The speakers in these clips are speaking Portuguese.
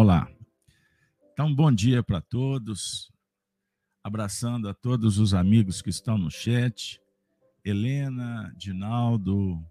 Olá. Então, bom dia para todos. Abraçando a todos os amigos que estão no chat. Helena, Dinaldo,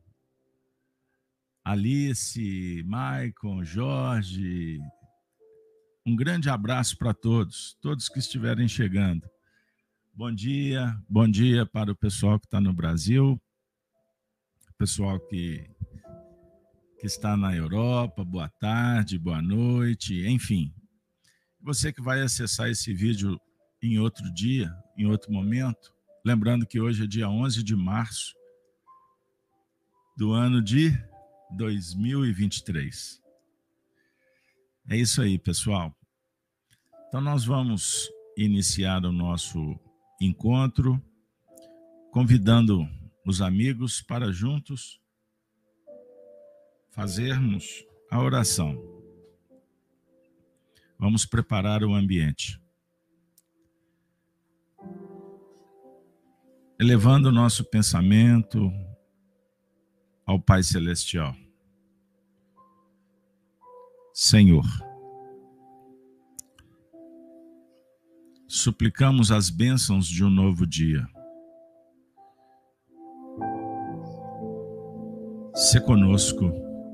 Alice, Maicon, Jorge. Um grande abraço para todos que estiverem chegando. Bom dia para o pessoal que está no Brasil, pessoal que está na Europa, boa tarde, boa noite, enfim. Você que vai acessar esse vídeo em outro dia, em outro momento, lembrando que hoje é dia 11 de março do ano de 2023. É isso aí, pessoal. Então nós vamos iniciar o nosso encontro, convidando os amigos para juntos fazermos a oração. Vamos preparar o ambiente. Elevando o nosso pensamento ao Pai Celestial. Senhor, suplicamos as bênçãos de um novo dia. Sê conosco.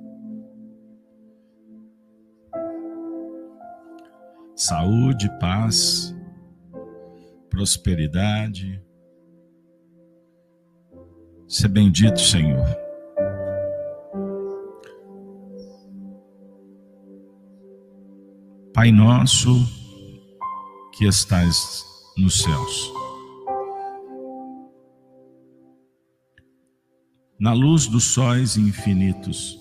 Saúde, paz, prosperidade. Sê bendito, Senhor. Pai nosso, que estais nos céus, na luz dos sóis infinitos,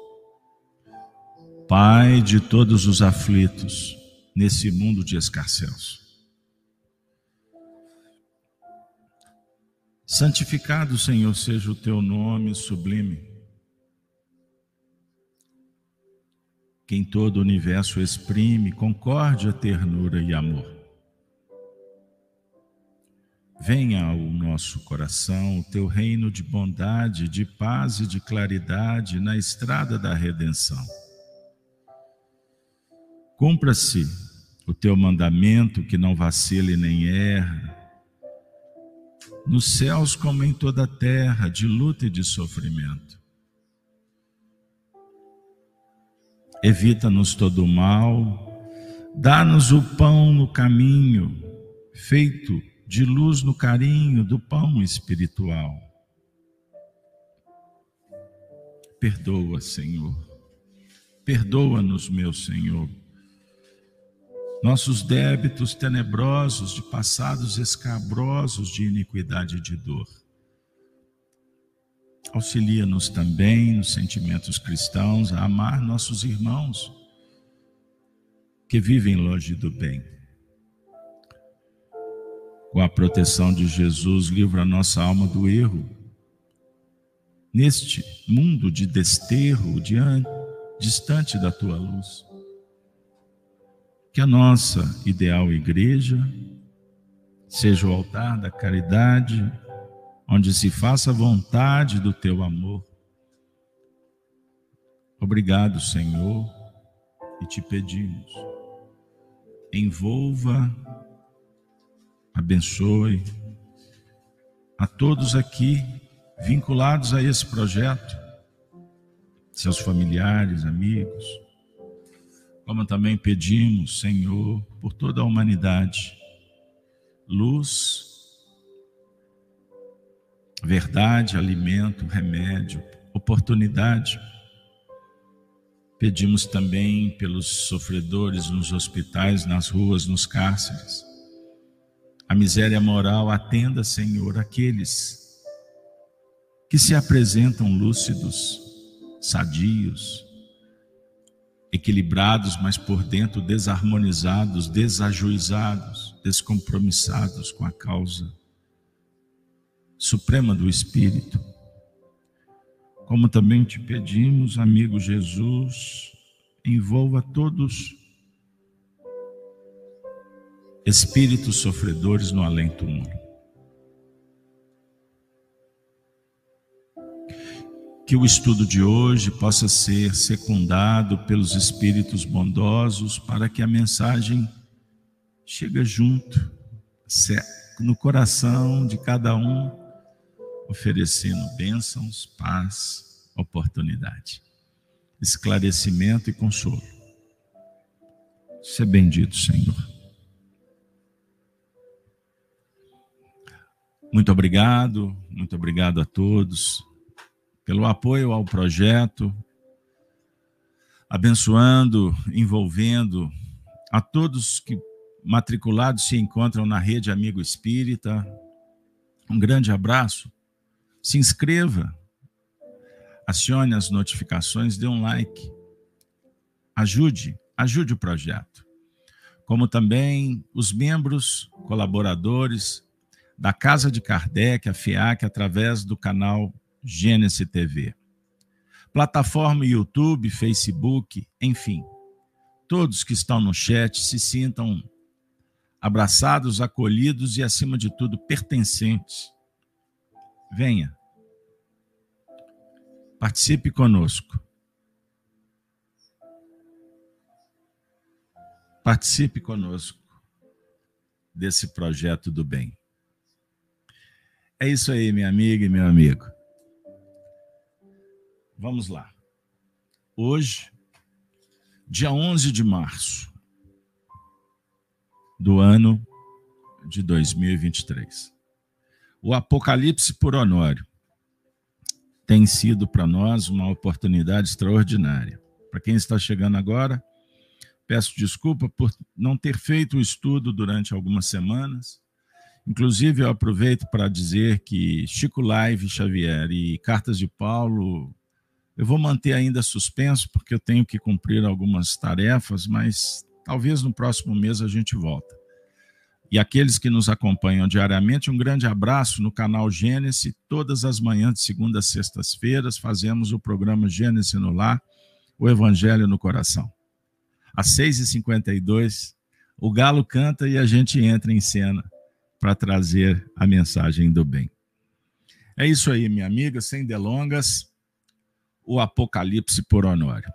Pai de todos os aflitos, nesse mundo de escarcéus. Santificado, Senhor, seja o teu nome sublime, que em todo o universo exprime concórdia, ternura e amor. Venha ao nosso coração o teu reino de bondade, de paz e de claridade na estrada da redenção. Cumpra-se o teu mandamento que não vacile nem erra, nos céus como em toda a terra, de luta e de sofrimento. Evita-nos todo o mal, dá-nos o pão no caminho, feito de luz no carinho do pão espiritual. Perdoa, Senhor, perdoa-nos, meu Senhor, nossos débitos tenebrosos de passados escabrosos de iniquidade e de dor. Auxilia-nos também nos sentimentos cristãos a amar nossos irmãos que vivem longe do bem. Com a proteção de Jesus, livra a nossa alma do erro. Neste mundo de desterro, distante da tua luz. Que a nossa ideal igreja seja o altar da caridade, onde se faça a vontade do teu amor. Obrigado, Senhor, e te pedimos, envolva, abençoe a todos aqui vinculados a esse projeto, seus familiares, amigos, como também pedimos, Senhor, por toda a humanidade, luz, verdade, alimento, remédio, oportunidade. Pedimos também pelos sofredores nos hospitais, nas ruas, nos cárceres. A miséria moral, atenda, Senhor, aqueles que se apresentam lúcidos, sadios, equilibrados, mas por dentro desarmonizados, desajuizados, descompromissados com a causa suprema do Espírito. Como também te pedimos, amigo Jesus, envolva todos espíritos sofredores no além-túmulo. que o estudo de hoje possa ser secundado pelos Espíritos bondosos para que a mensagem chegue junto, no coração de cada um, oferecendo bênçãos, paz, oportunidade, esclarecimento e consolo. Seja bendito, Senhor. Muito obrigado a todos pelo apoio ao projeto, abençoando, envolvendo a todos que matriculados se encontram na Rede Amigo Espírita. Um grande abraço. Se inscreva, acione as notificações, dê um like. Ajude o projeto. Como também os membros, colaboradores da Casa de Kardec, a FIAC, através do canal Gênesis TV. Plataforma YouTube, Facebook, enfim. Todos que estão no chat se sintam abraçados, acolhidos e, acima de tudo, pertencentes. Venha. Participe conosco. Participe conosco desse projeto do bem. É isso aí, minha amiga e meu amigo. Vamos lá. Hoje, dia 11 de março do ano de 2023. O Apocalipse por Honório tem sido para nós uma oportunidade extraordinária. Para quem está chegando agora, peço desculpa por não ter feito o estudo durante algumas semanas. Inclusive, eu aproveito para dizer que Chico Live Xavier e Cartas de Paulo, eu vou manter ainda suspenso, porque eu tenho que cumprir algumas tarefas, mas talvez no próximo mês a gente volta. E aqueles que nos acompanham diariamente, um grande abraço no canal Gênesis. Todas as manhãs de segunda a sextas-feiras fazemos o programa Gênesis no Lar, o Evangelho no Coração. Às 6h52, o galo canta e a gente entra em cena para trazer a mensagem do bem. É isso aí, minha amiga, sem delongas, o Apocalipse por Honório.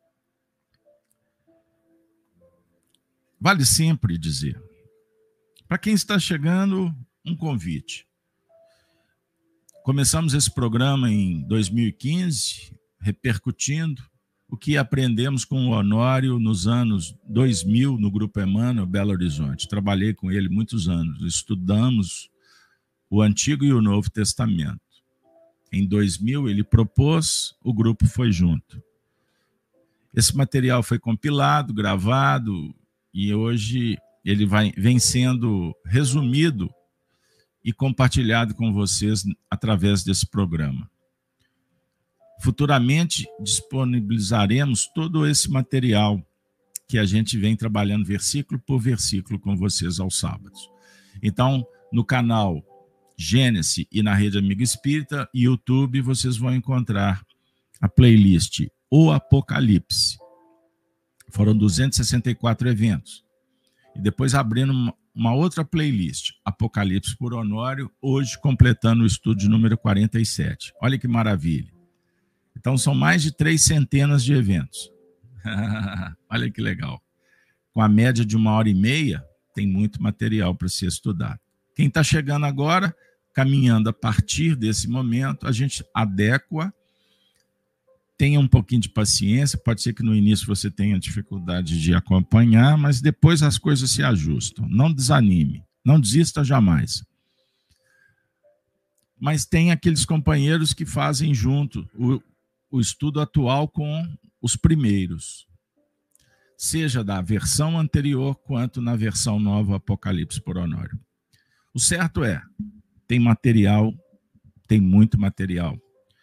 Vale sempre dizer, para quem está chegando, um convite. Começamos esse programa em 2015, repercutindo o que aprendemos com o Honório nos anos 2000, no Grupo Emmanuel, Belo Horizonte. Trabalhei com ele muitos anos, estudamos o Antigo e o Novo Testamento. Em 2000, ele propôs, o grupo foi junto. Esse material foi compilado, gravado, e hoje ele vem sendo resumido e compartilhado com vocês através desse programa. Futuramente disponibilizaremos todo esse material que a gente vem trabalhando versículo por versículo com vocês aos sábados. Então, no canal Gênesis e na Rede Amigo Espírita e YouTube, vocês vão encontrar a playlist O Apocalipse. Foram 264 eventos. E depois abrindo uma outra playlist, Apocalipse por Honório, hoje completando o estudo número 47. Olha que maravilha. Então, são mais de 300 de eventos. Olha que legal. Com a média de 1h30, tem muito material para se estudar. Quem está chegando agora, caminhando a partir desse momento, a gente adequa, tenha um pouquinho de paciência, pode ser que no início você tenha dificuldade de acompanhar, mas depois as coisas se ajustam. Não desanime, não desista jamais. Mas tem aqueles companheiros que fazem junto o estudo atual com os primeiros, seja da versão anterior quanto na versão nova Apocalipse por Honório. O certo é, tem material, tem muito material.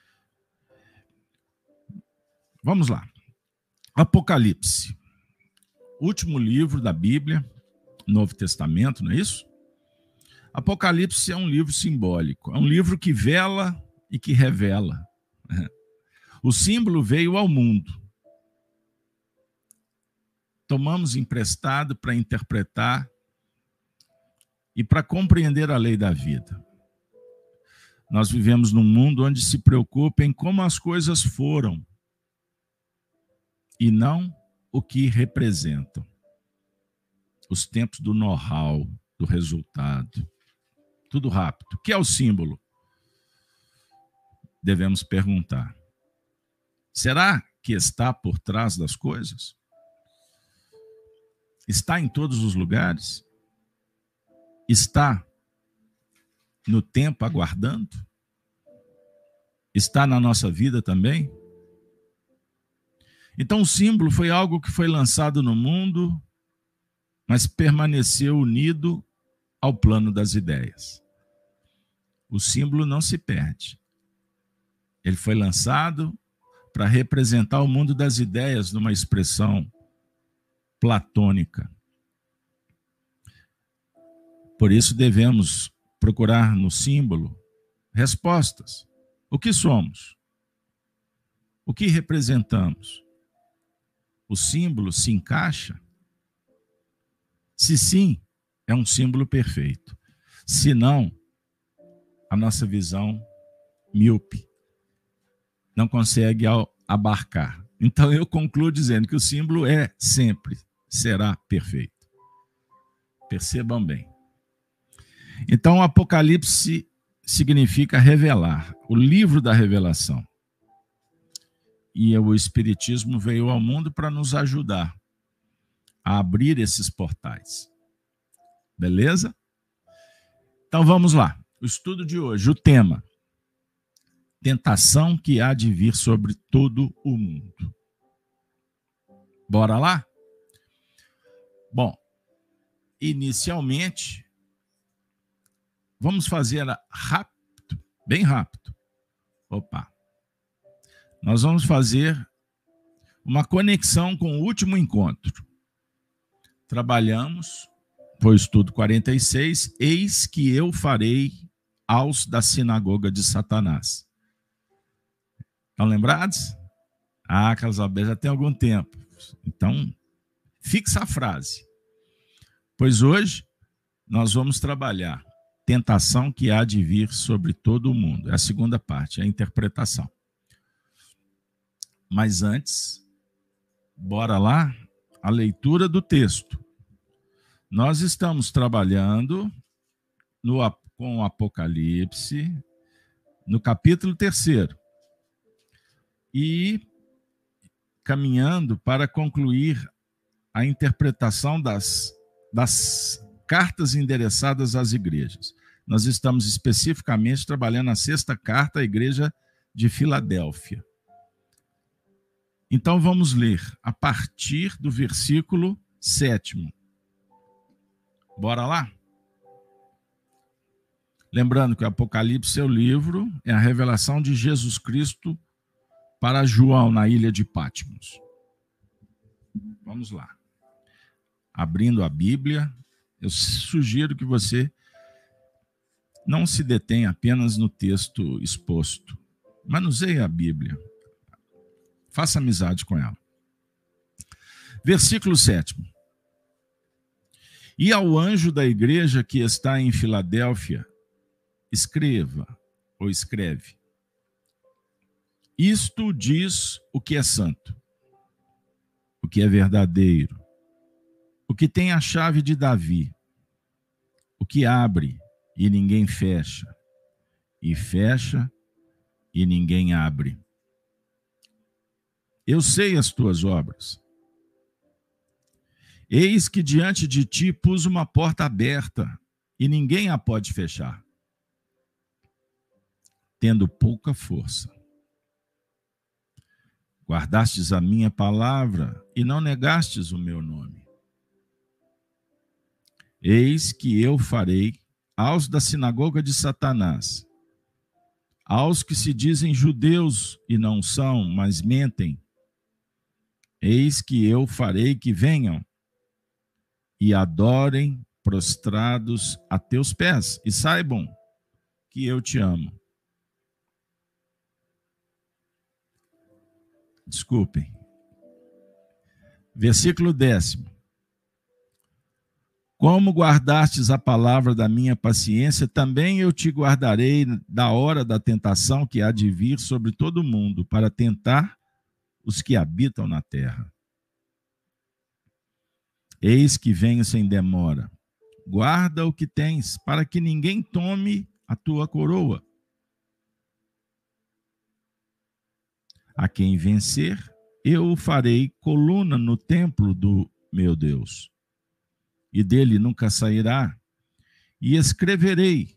Vamos lá. Apocalipse, último livro da Bíblia, Novo Testamento, não é isso? Apocalipse é um livro simbólico, é um livro que vela e que revela. O símbolo veio ao mundo. Tomamos emprestado para interpretar e para compreender a lei da vida. Nós vivemos num mundo onde se preocupa em como as coisas foram e não o que representam. Os tempos do know-how, do resultado, tudo rápido. O que é o símbolo? Devemos perguntar. Será que está por trás das coisas? Está em todos os lugares? Está no tempo aguardando? Está na nossa vida também? Então o símbolo foi algo que foi lançado no mundo, mas permaneceu unido ao plano das ideias. O símbolo não se perde. Ele foi lançado para representar o mundo das ideias numa expressão platônica. Por isso devemos procurar no símbolo respostas. O que somos? O que representamos? O símbolo se encaixa? Se sim, é um símbolo perfeito. Se não, a nossa visão míope não consegue abarcar. Então eu concluo dizendo que o símbolo sempre será perfeito. Percebam bem. Então o Apocalipse significa revelar, o livro da revelação. E o Espiritismo veio ao mundo para nos ajudar a abrir esses portais. Beleza? Então vamos lá. O estudo de hoje, o tema: tentação que há de vir sobre todo o mundo. Bora lá? Bom, inicialmente, vamos fazer rápido, bem rápido. Nós vamos fazer uma conexão com o último encontro. Trabalhamos, foi o estudo 46, eis que eu farei aos da sinagoga de Satanás. Estão lembrados? Carlos Alberto, já tem algum tempo. Então, fixa a frase. Pois hoje nós vamos trabalhar tentação que há de vir sobre todo o mundo. É a segunda parte, é a interpretação. Mas antes, bora lá, a leitura do texto. Nós estamos trabalhando com o Apocalipse, no capítulo 3. E caminhando para concluir a interpretação das cartas endereçadas às igrejas. Nós estamos especificamente trabalhando a 6ª carta à igreja de Filadélfia. Então vamos ler a partir do versículo 7. Bora lá? Lembrando que o Apocalipse é o livro, é a revelação de Jesus Cristo para João na ilha de Patmos. Vamos lá. Abrindo a Bíblia, eu sugiro que você não se detenha apenas no texto exposto. Manuseie a Bíblia. Faça amizade com ela. Versículo 7. E ao anjo da igreja que está em Filadélfia, escreve. Isto diz o que é santo, o que é verdadeiro, o que tem a chave de Davi, o que abre e ninguém fecha, e fecha e ninguém abre. Eu sei as tuas obras. Eis que diante de ti pus uma porta aberta, e ninguém a pode fechar, tendo pouca força. Guardastes a minha palavra e não negastes o meu nome. Eis que eu farei aos da sinagoga de Satanás, aos que se dizem judeus e não são, mas mentem, eis que eu farei que venham e adorem prostrados a teus pés, e saibam que eu te amo. Desculpem. Versículo 10. Como guardastes a palavra da minha paciência, também eu te guardarei da hora da tentação que há de vir sobre todo o mundo, para tentar os que habitam na terra. Eis que venho sem demora. Guarda o que tens, para que ninguém tome a tua coroa. A quem vencer, eu o farei coluna no templo do meu Deus, e dele nunca sairá, e escreverei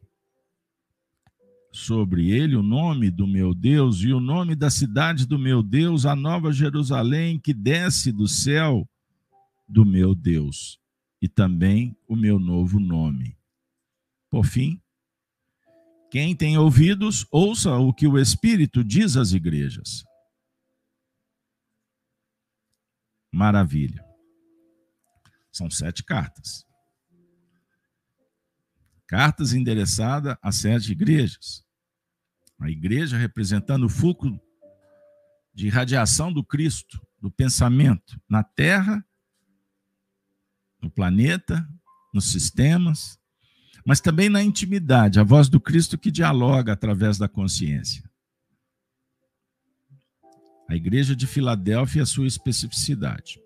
sobre ele o nome do meu Deus e o nome da cidade do meu Deus, a nova Jerusalém, que desce do céu do meu Deus, e também o meu novo nome. Por fim, quem tem ouvidos, ouça o que o Espírito diz às igrejas. Maravilha. São 7 cartas. Cartas endereçadas a 7 igrejas. A igreja representando o fulcro de radiação do Cristo, do pensamento, na Terra, no planeta, nos sistemas, mas também na intimidade, a voz do Cristo que dialoga através da consciência. A igreja de Filadélfia e a sua especificidade.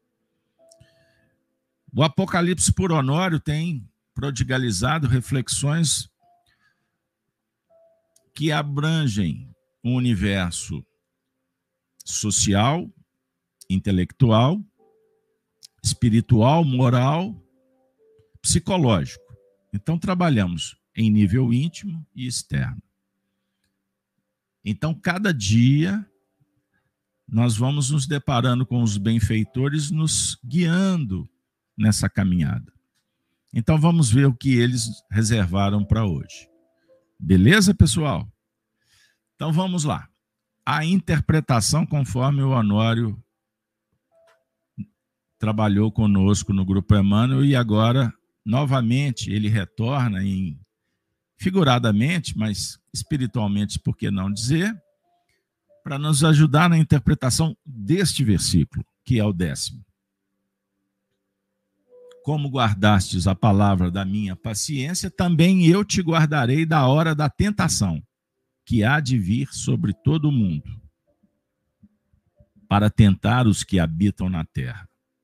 O Apocalipse por Honório tem prodigalizado reflexões que abrangem o universo social, intelectual, espiritual, moral, psicológico. Então, trabalhamos em nível íntimo e externo. Então, cada dia, nós vamos nos deparando com os benfeitores, nos guiando nessa caminhada. Então, vamos ver o que eles reservaram para hoje. Beleza, pessoal? Então, vamos lá. A interpretação conforme o Honório trabalhou conosco no Grupo Emmanuel e agora, novamente, ele retorna figuradamente, mas espiritualmente, por que não dizer, para nos ajudar na interpretação deste versículo, que é o 10º. Como guardastes a palavra da minha paciência, também eu te guardarei da hora da tentação, que há de vir sobre todo o mundo, para tentar os que habitam na terra.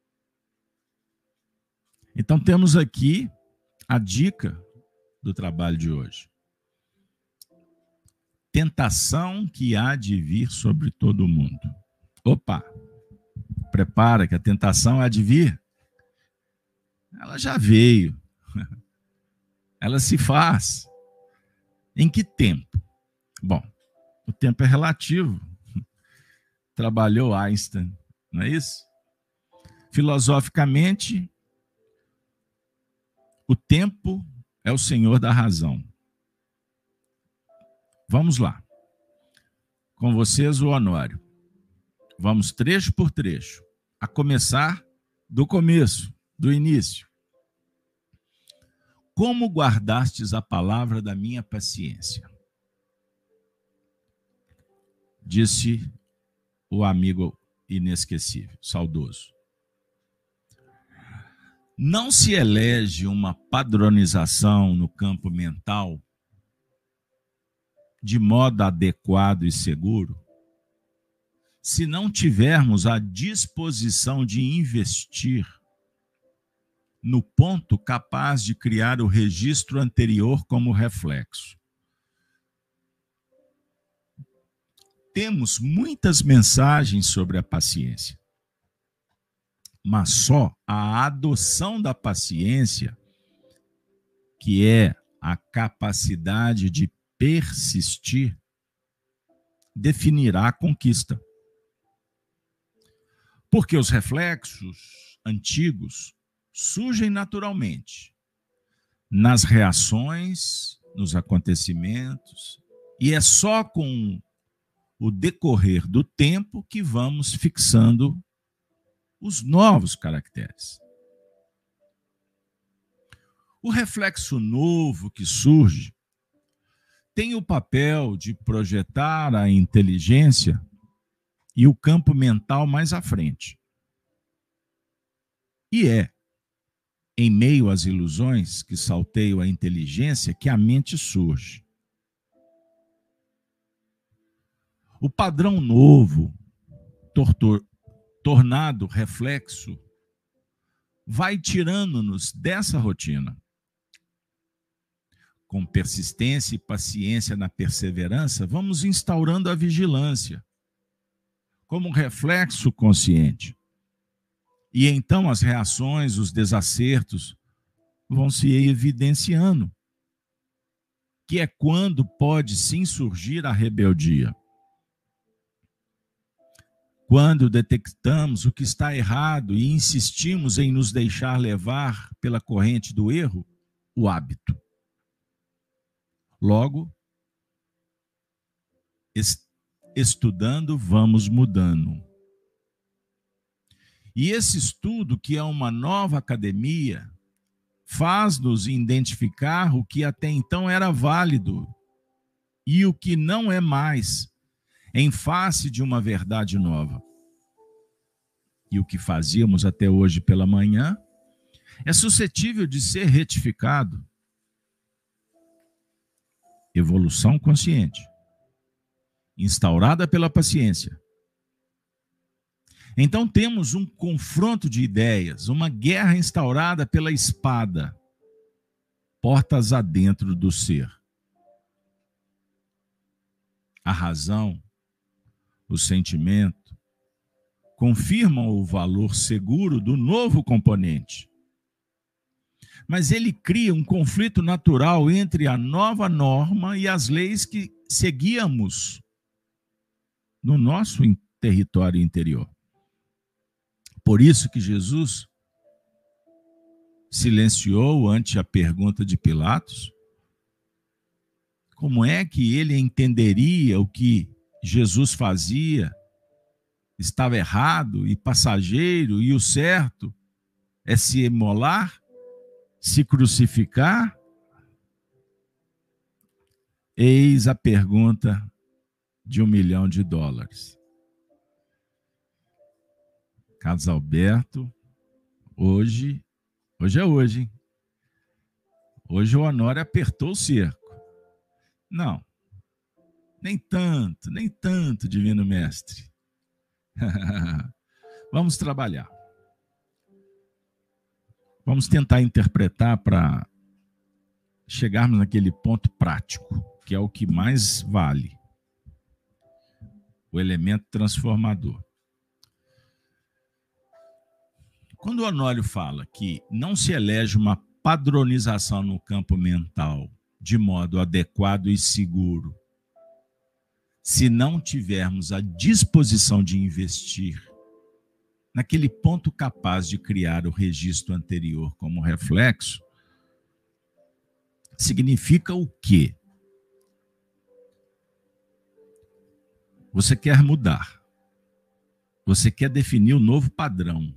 Então, temos aqui a dica do trabalho de hoje. Tentação que há de vir sobre todo o mundo. Opa, prepara que a tentação há de vir. Ela já veio. Ela se faz. Em que tempo? Bom, o tempo é relativo. Trabalhou Einstein, não é isso? Filosoficamente, o tempo é o senhor da razão. Vamos lá. Com vocês, o Honório. Vamos trecho por trecho. A começar do começo, do início. Como guardastes a palavra da minha paciência? Disse o amigo inesquecível, saudoso. Não se elege uma padronização no campo mental de modo adequado e seguro se não tivermos a disposição de investir no ponto capaz de criar o registro anterior como reflexo. Temos muitas mensagens sobre a paciência, mas só a adoção da paciência, que é a capacidade de persistir, definirá a conquista. Porque os reflexos antigos surgem naturalmente nas reações, nos acontecimentos, e é só com o decorrer do tempo que vamos fixando os novos caracteres. O reflexo novo que surge tem o papel de projetar a inteligência e o campo mental mais à frente. E é em meio às ilusões que salteiam a inteligência, que a mente surge. O padrão novo, tornado reflexo, vai tirando-nos dessa rotina. Com persistência e paciência na perseverança, vamos instaurando a vigilância como reflexo consciente. E então as reações, os desacertos vão se evidenciando, que é quando pode sim surgir a rebeldia. Quando detectamos o que está errado e insistimos em nos deixar levar pela corrente do erro, o hábito. Logo, estudando, vamos mudando. E esse estudo, que é uma nova academia, faz-nos identificar o que até então era válido e o que não é mais, em face de uma verdade nova. E o que fazíamos até hoje pela manhã é suscetível de ser retificado. Evolução consciente, instaurada pela paciência. Então temos um confronto de ideias, uma guerra instaurada pela espada, portas adentro do ser. A razão, o sentimento, confirmam o valor seguro do novo componente. Mas ele cria um conflito natural entre a nova norma e as leis que seguíamos no nosso território interior. Por isso que Jesus silenciou ante a pergunta de Pilatos. Como é que ele entenderia o que Jesus fazia? Estava errado e passageiro, e o certo é se imolar, se crucificar? Eis a pergunta de $1 milhão. Carlos Alberto, hoje é hoje, hein? Hoje o Honório apertou o cerco. Não, nem tanto, Divino Mestre. Vamos trabalhar. Vamos tentar interpretar para chegarmos naquele ponto prático, que é o que mais vale. O elemento transformador. Quando o Honório fala que não se elege uma padronização no campo mental de modo adequado e seguro, se não tivermos a disposição de investir naquele ponto capaz de criar o registro anterior como reflexo, significa o quê? Você quer mudar. Você quer definir o novo padrão.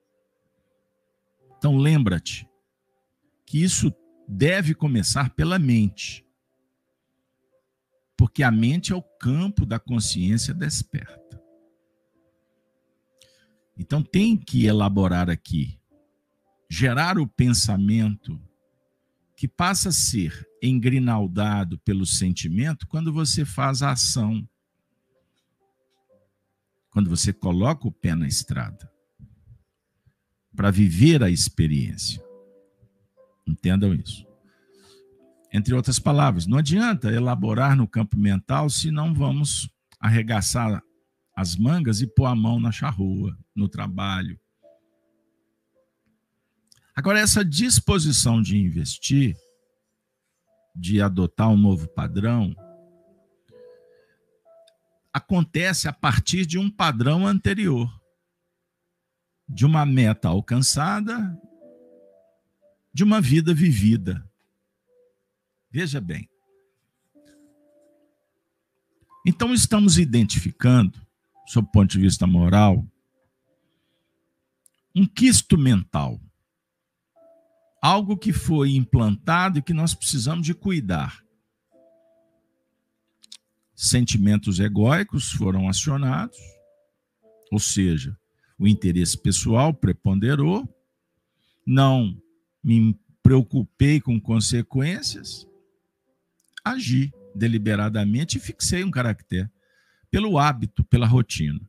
Então lembra-te que isso deve começar pela mente. Porque a mente é o campo da consciência desperta. Então tem que elaborar aqui, gerar o pensamento que passa a ser engrinaldado pelo sentimento quando você faz a ação. Quando você coloca o pé na estrada. Para viver a experiência. Entendam isso. Entre outras palavras, não adianta elaborar no campo mental se não vamos arregaçar as mangas e pôr a mão na charrua, no trabalho. Agora, essa disposição de investir, de adotar um novo padrão, acontece a partir de um padrão anterior. De uma meta alcançada, de uma vida vivida. Veja bem. Então, estamos identificando, sob o ponto de vista moral, um quisto mental. Algo que foi implantado e que nós precisamos de cuidar. Sentimentos egóicos foram acionados, ou seja, o interesse pessoal preponderou, não me preocupei com consequências, agi deliberadamente e fixei um caractere pelo hábito, pela rotina.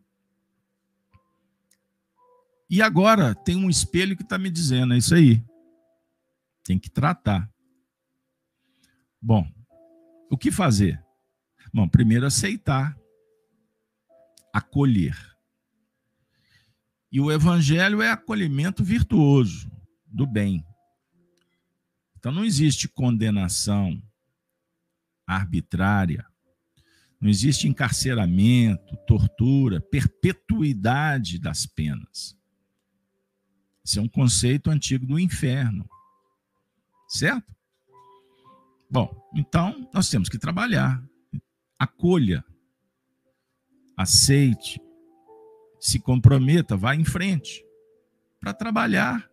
E agora tem um espelho que está me dizendo, é isso aí. Tem que tratar. Bom, o que fazer? Bom, primeiro aceitar, acolher. E o evangelho é acolhimento virtuoso, do bem. Então não existe condenação arbitrária, não existe encarceramento, tortura, perpetuidade das penas. Esse é um conceito antigo do inferno. Certo? Bom, então nós temos que trabalhar. Acolha, aceite, se comprometa, vá em frente para trabalhar.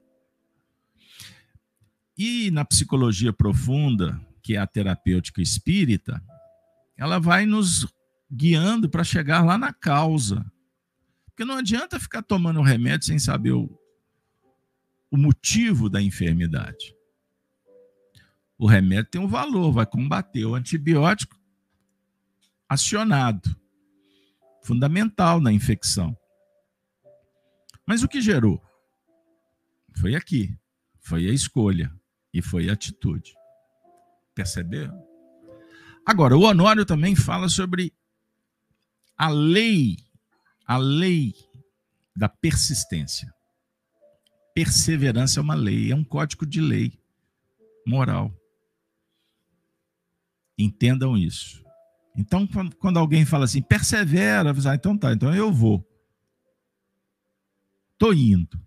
E na psicologia profunda, que é a terapêutica espírita, ela vai nos guiando para chegar lá na causa. Porque não adianta ficar tomando remédio sem saber o motivo da enfermidade. O remédio tem um valor, vai combater. O antibiótico acionado, fundamental na infecção. Mas o que gerou? Foi aqui, foi a escolha e foi a atitude. Percebeu? Agora, o Honório também fala sobre a lei da persistência. Perseverança é uma lei, é um código de lei moral. Entendam isso. Então, quando alguém fala assim, persevera, então tá, então eu vou. Estou indo.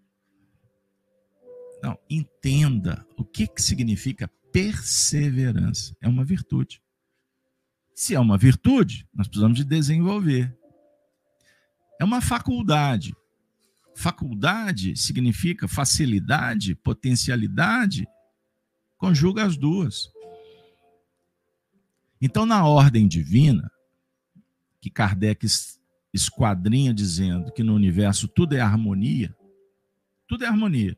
Não, entenda o que significa perseverança. É uma virtude. Se é uma virtude, nós precisamos de desenvolver. É uma faculdade. Faculdade significa facilidade, potencialidade, conjuga as duas. Então, na ordem divina, que Kardec esquadrinha dizendo que no universo tudo é harmonia, tudo é harmonia.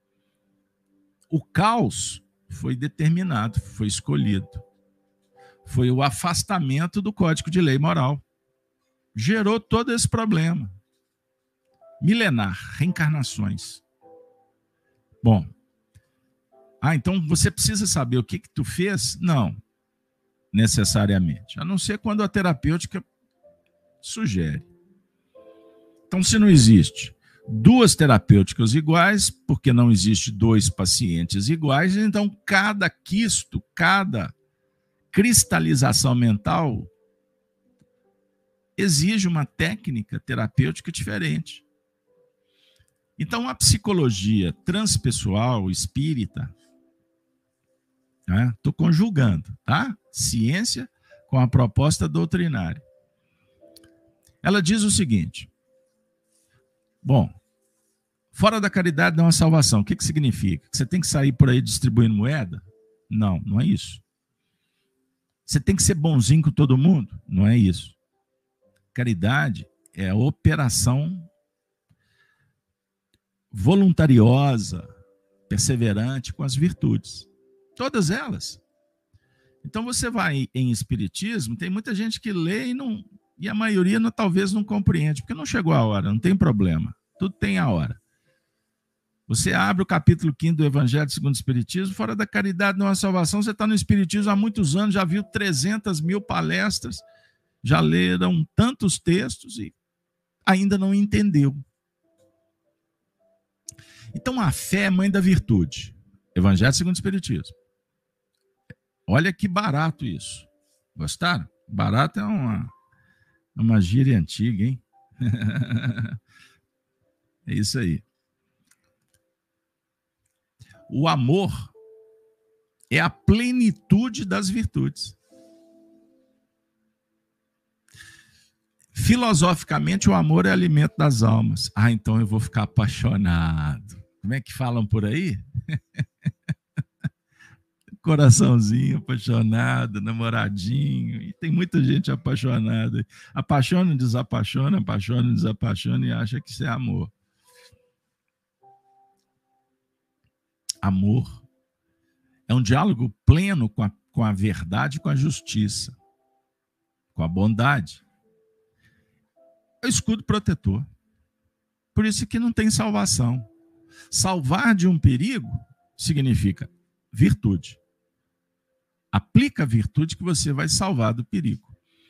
O caos foi determinado, foi escolhido. Foi o afastamento do código de lei moral. Gerou todo esse problema. Milenar, reencarnações. Bom, então você precisa saber o que tu fez? Não, necessariamente. A não ser quando a terapêutica sugere. Então, se não existe duas terapêuticas iguais, porque não existe dois pacientes iguais, então cada quisto, cada cristalização mental exige uma técnica terapêutica diferente. Então, a psicologia transpessoal espírita, estou conjugando, tá? Ciência com a proposta doutrinária. Ela diz o seguinte: bom, fora da caridade não há salvação. O que significa? Que você tem que sair por aí distribuindo moeda? Não, não é isso. Você tem que ser bonzinho com todo mundo? Não é isso. Caridade é a operação voluntariosa, perseverante com as virtudes. Todas elas. Então você vai em espiritismo, tem muita gente que lê e a maioria talvez não compreende, porque não chegou a hora, não tem problema. Tudo tem a hora. Você abre o capítulo 5 do Evangelho segundo o Espiritismo, fora da caridade não há salvação, você está no Espiritismo há muitos anos, já viu 300 mil palestras, já leram tantos textos e ainda não entendeu. Então a fé é mãe da virtude. Evangelho segundo o Espiritismo. Olha que barato isso. Gostaram? Barato é uma gíria antiga, hein? É isso aí. O amor é a plenitude das virtudes. Filosoficamente, o amor é alimento das almas. Então eu vou ficar apaixonado. Como é que falam por aí? Coraçãozinho, apaixonado, namoradinho. E tem muita gente apaixonada. Apaixona, desapaixona e acha que isso é amor. amor. É um diálogo pleno com a verdade, com a justiça, com a bondade. É o escudo protetor. Por isso que não tem salvação. Salvar de um perigo significa virtude. Aplica a virtude que você vai salvar do perigo.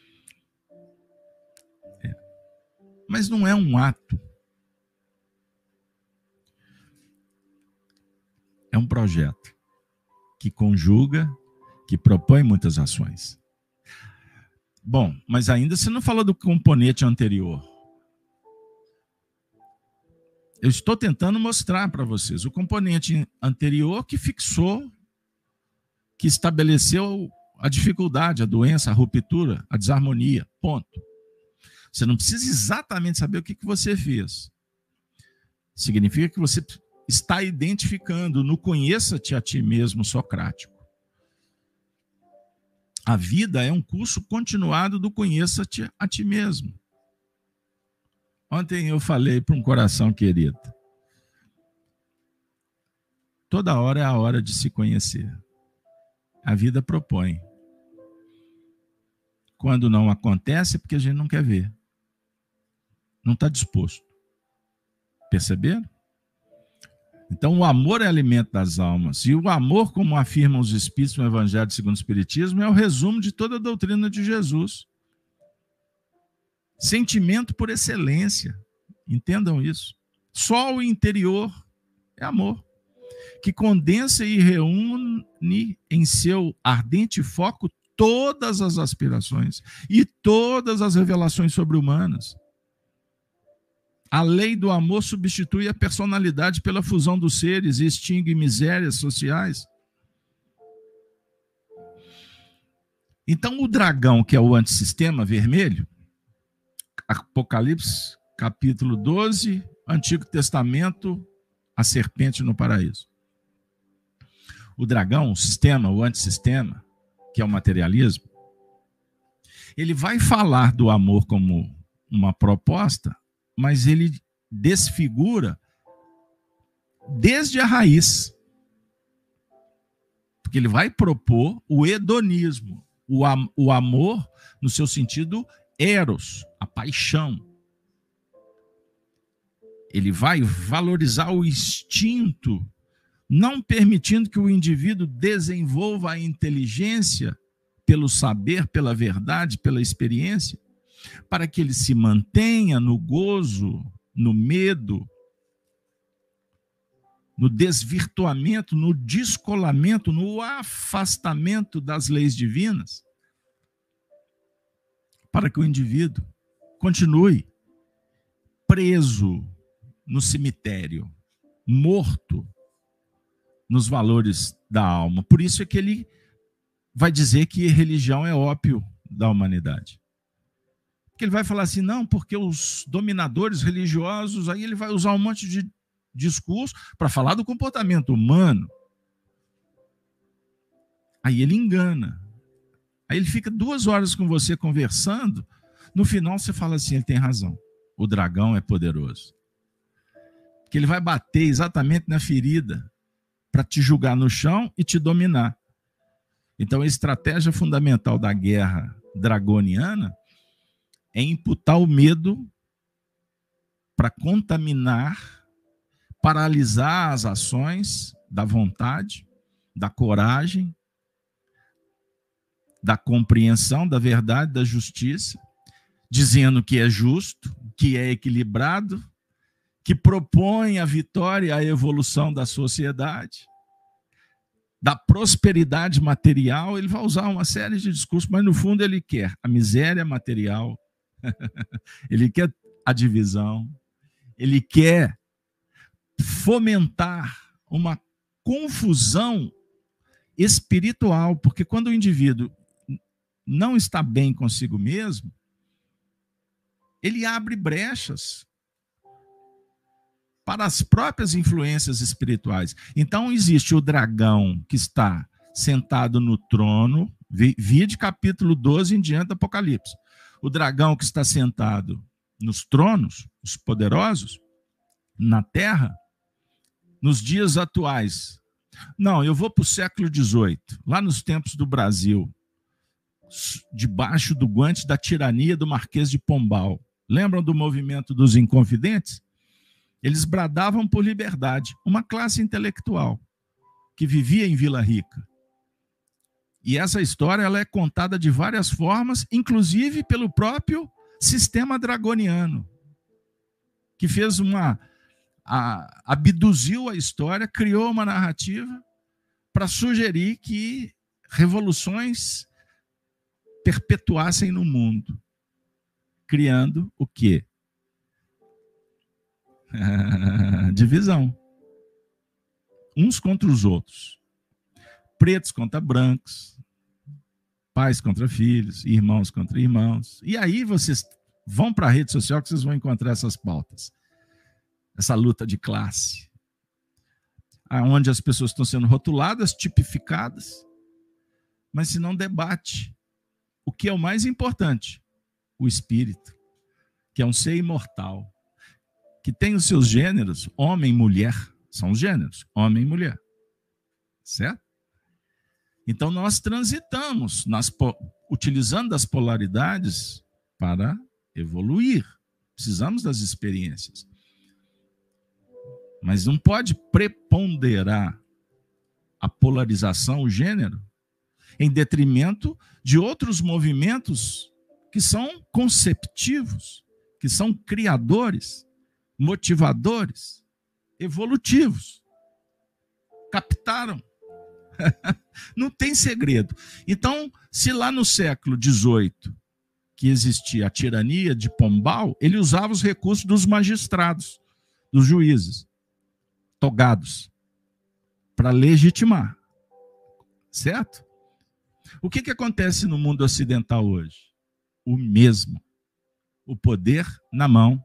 Mas não é um ato. É um projeto que conjuga, que propõe muitas ações. Bom, mas ainda você não falou do componente anterior. Eu estou tentando mostrar para vocês o componente anterior que fixou, que estabeleceu a dificuldade, a doença, a ruptura, a desarmonia. Ponto. Você não precisa exatamente saber o que você fez. Significa que você está identificando no conheça-te a ti mesmo socrático. A vida é um curso continuado do conheça-te a ti mesmo. Ontem eu falei para um coração querido. Toda hora é a hora de se conhecer. A vida propõe. Quando não acontece é porque a gente não quer ver. Não está disposto. Perceberam? Então o amor é alimento das almas. E o amor, como afirmam os Espíritos no Evangelho segundo o Espiritismo, é o resumo de toda a doutrina de Jesus. Sentimento por excelência. Entendam isso. Só o interior é amor, que condensa e reúne em seu ardente foco todas as aspirações e todas as revelações sobre-humanas. A lei do amor substitui a personalidade pela fusão dos seres e extingue misérias sociais. Então, o dragão, que é o antissistema vermelho, Apocalipse, capítulo 12, Antigo Testamento, a serpente no paraíso. O dragão, o sistema, o antissistema, que é o materialismo, ele vai falar do amor como uma proposta, mas ele desfigura desde a raiz. Porque ele vai propor o hedonismo, o amor no seu sentido eros, a paixão. Ele vai valorizar o instinto, não permitindo que o indivíduo desenvolva a inteligência pelo saber, pela verdade, pela experiência, para que ele se mantenha no gozo, no medo, no desvirtuamento, no descolamento, no afastamento das leis divinas, para que o indivíduo continue preso no cemitério, morto nos valores da alma. Por isso é que ele vai dizer que religião é ópio da humanidade. Porque ele vai falar assim, não, porque os dominadores religiosos, aí ele vai usar um monte de discurso para falar do comportamento humano. Aí ele engana. Aí ele fica 2 horas com você conversando, no final você fala assim, ele tem razão, o dragão é poderoso. Porque ele vai bater exatamente na ferida para te julgar no chão e te dominar. Então a estratégia fundamental da guerra dragoniana é imputar o medo para contaminar, paralisar as ações da vontade, da coragem, da compreensão da verdade, da justiça, dizendo que é justo, que é equilibrado, que propõe a vitória e a evolução da sociedade, da prosperidade material. Ele vai usar uma série de discursos, mas no fundo ele quer a miséria material, ele quer a divisão, ele quer fomentar uma confusão espiritual, porque quando o indivíduo não está bem consigo mesmo, ele abre brechas para as próprias influências espirituais. Então existe o dragão que está sentado no trono, vide capítulo 12 em diante do Apocalipse. O dragão que está sentado nos tronos, os poderosos, na terra, nos dias atuais. Não, eu vou para o século XVIII, lá nos tempos do Brasil, debaixo do guante da tirania do Marquês de Pombal. Lembram do movimento dos Inconfidentes? Eles bradavam por liberdade, uma classe intelectual que vivia em Vila Rica. E essa história ela é contada de várias formas, inclusive pelo próprio sistema dragoniano, que fez abduziu a história, criou uma narrativa para sugerir que revoluções perpetuassem no mundo, criando o quê? Divisão. Uns contra os outros. Pretos contra brancos, pais contra filhos, irmãos contra irmãos. E aí vocês vão para a rede social que vocês vão encontrar essas pautas. Essa luta de classe. Onde as pessoas estão sendo rotuladas, tipificadas, mas se não debate o que é o mais importante, o espírito, que é um ser imortal, que tem os seus gêneros, homem e mulher, são os gêneros, homem e mulher. Certo? Então nós transitamos, utilizando as polaridades para evoluir. Precisamos das experiências. Mas não pode preponderar a polarização, o gênero, em detrimento de outros movimentos que são conceptivos, que são criadores, motivadores, evolutivos. Captaram? Não tem segredo. Então, se lá no século XVIII, que existia a tirania de Pombal, ele usava os recursos dos magistrados, dos juízes, togados, para legitimar. Certo? O que acontece no mundo ocidental hoje? O mesmo. O poder na mão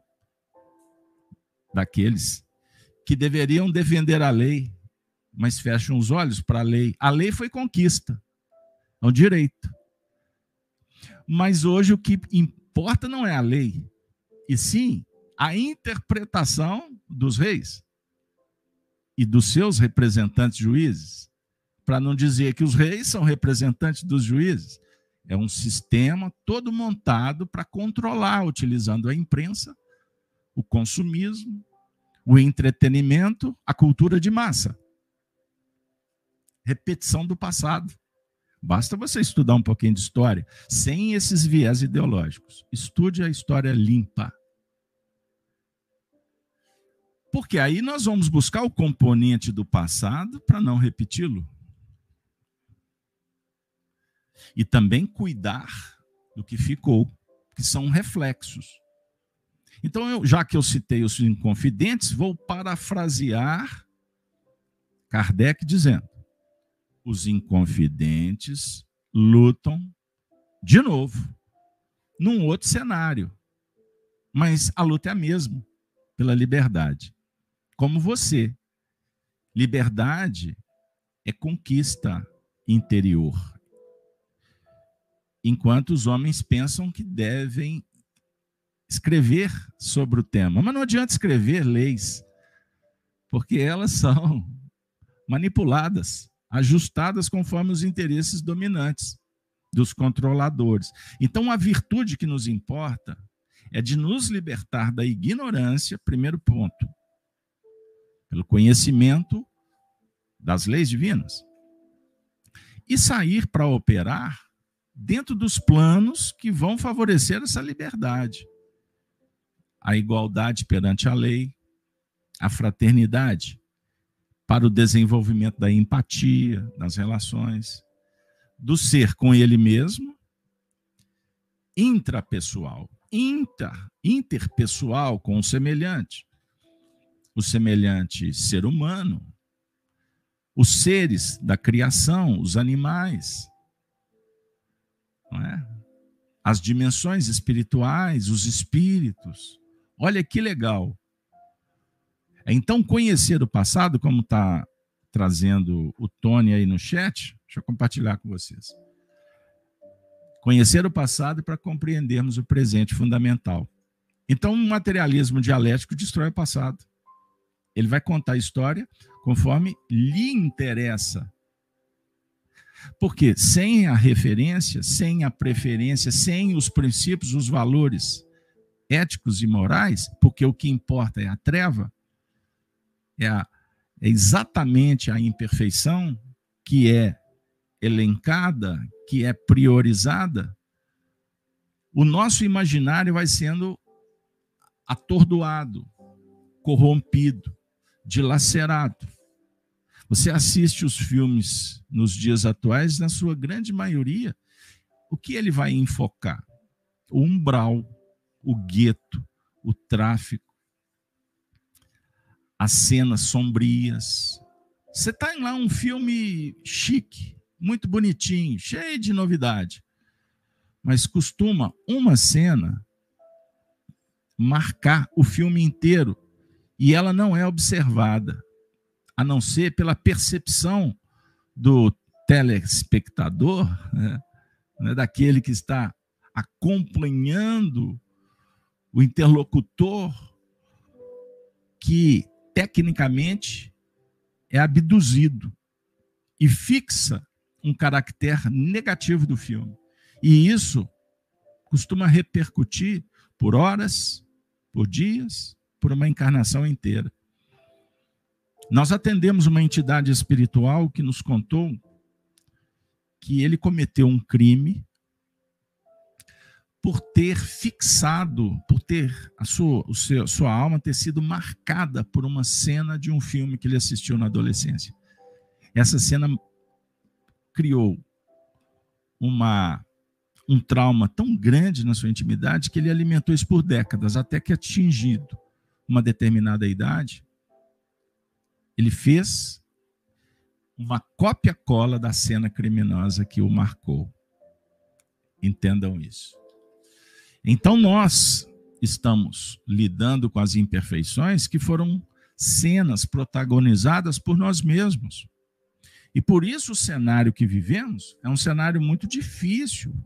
daqueles que deveriam defender a lei, mas fecham os olhos para a lei. A lei foi conquista, é um direito. Mas hoje o que importa não é a lei, e sim a interpretação dos reis e dos seus representantes juízes, para não dizer que os reis são representantes dos juízes. É um sistema todo montado para controlar, utilizando a imprensa, o consumismo, o entretenimento, a cultura de massa. Repetição do passado. Basta você estudar um pouquinho de história, sem esses viés ideológicos. Estude a história limpa. Porque aí nós vamos buscar o componente do passado para não repeti-lo. E também cuidar do que ficou, que são reflexos. Então, já que eu citei os Inconfidentes, vou parafrasear Kardec dizendo: os Inconfidentes lutam de novo, num outro cenário. Mas a luta é a mesma, pela liberdade. Como você. Liberdade é conquista interior. Enquanto os homens pensam que devem escrever sobre o tema. Mas não adianta escrever leis, porque elas são manipuladas, ajustadas conforme os interesses dominantes dos controladores. Então, a virtude que nos importa é de nos libertar da ignorância, primeiro ponto, pelo conhecimento das leis divinas, e sair para operar dentro dos planos que vão favorecer essa liberdade. A igualdade perante a lei, a fraternidade, para o desenvolvimento da empatia, das relações, do ser com ele mesmo, intrapessoal, interpessoal com o semelhante ser humano, os seres da criação, os animais, não é? As dimensões espirituais, os espíritos. Olha que legal. Então, conhecer o passado, como está trazendo o Tony aí no chat, deixa eu compartilhar com vocês. Conhecer o passado para compreendermos o presente fundamental. Então, o materialismo dialético destrói o passado. Ele vai contar a história conforme lhe interessa. Porque sem a referência, sem a preferência, sem os princípios, os valores éticos e morais, porque o que importa é a treva, é exatamente a imperfeição que é elencada, que é priorizada, o nosso imaginário vai sendo atordoado, corrompido, dilacerado. Você assiste os filmes nos dias atuais, na sua grande maioria, o que ele vai enfocar? O umbral, o gueto, o tráfico, as cenas sombrias. Você está lá um filme chique, muito bonitinho, cheio de novidade, mas costuma uma cena marcar o filme inteiro e ela não é observada, a não ser pela percepção do telespectador, né, daquele que está acompanhando o interlocutor, que tecnicamente é abduzido e fixa um caráter negativo do filme. E isso costuma repercutir por horas, por dias, por uma encarnação inteira. Nós atendemos uma entidade espiritual que nos contou que ele cometeu um crime por ter fixado, por ter sua alma ter sido marcada por uma cena de um filme que ele assistiu na adolescência. Essa cena criou um trauma tão grande na sua intimidade que ele alimentou isso por décadas, até que, atingido uma determinada idade, ele fez uma cópia-cola da cena criminosa que o marcou. Entendam isso. Então, nós estamos lidando com as imperfeições que foram cenas protagonizadas por nós mesmos. E por isso o cenário que vivemos é um cenário muito difícil.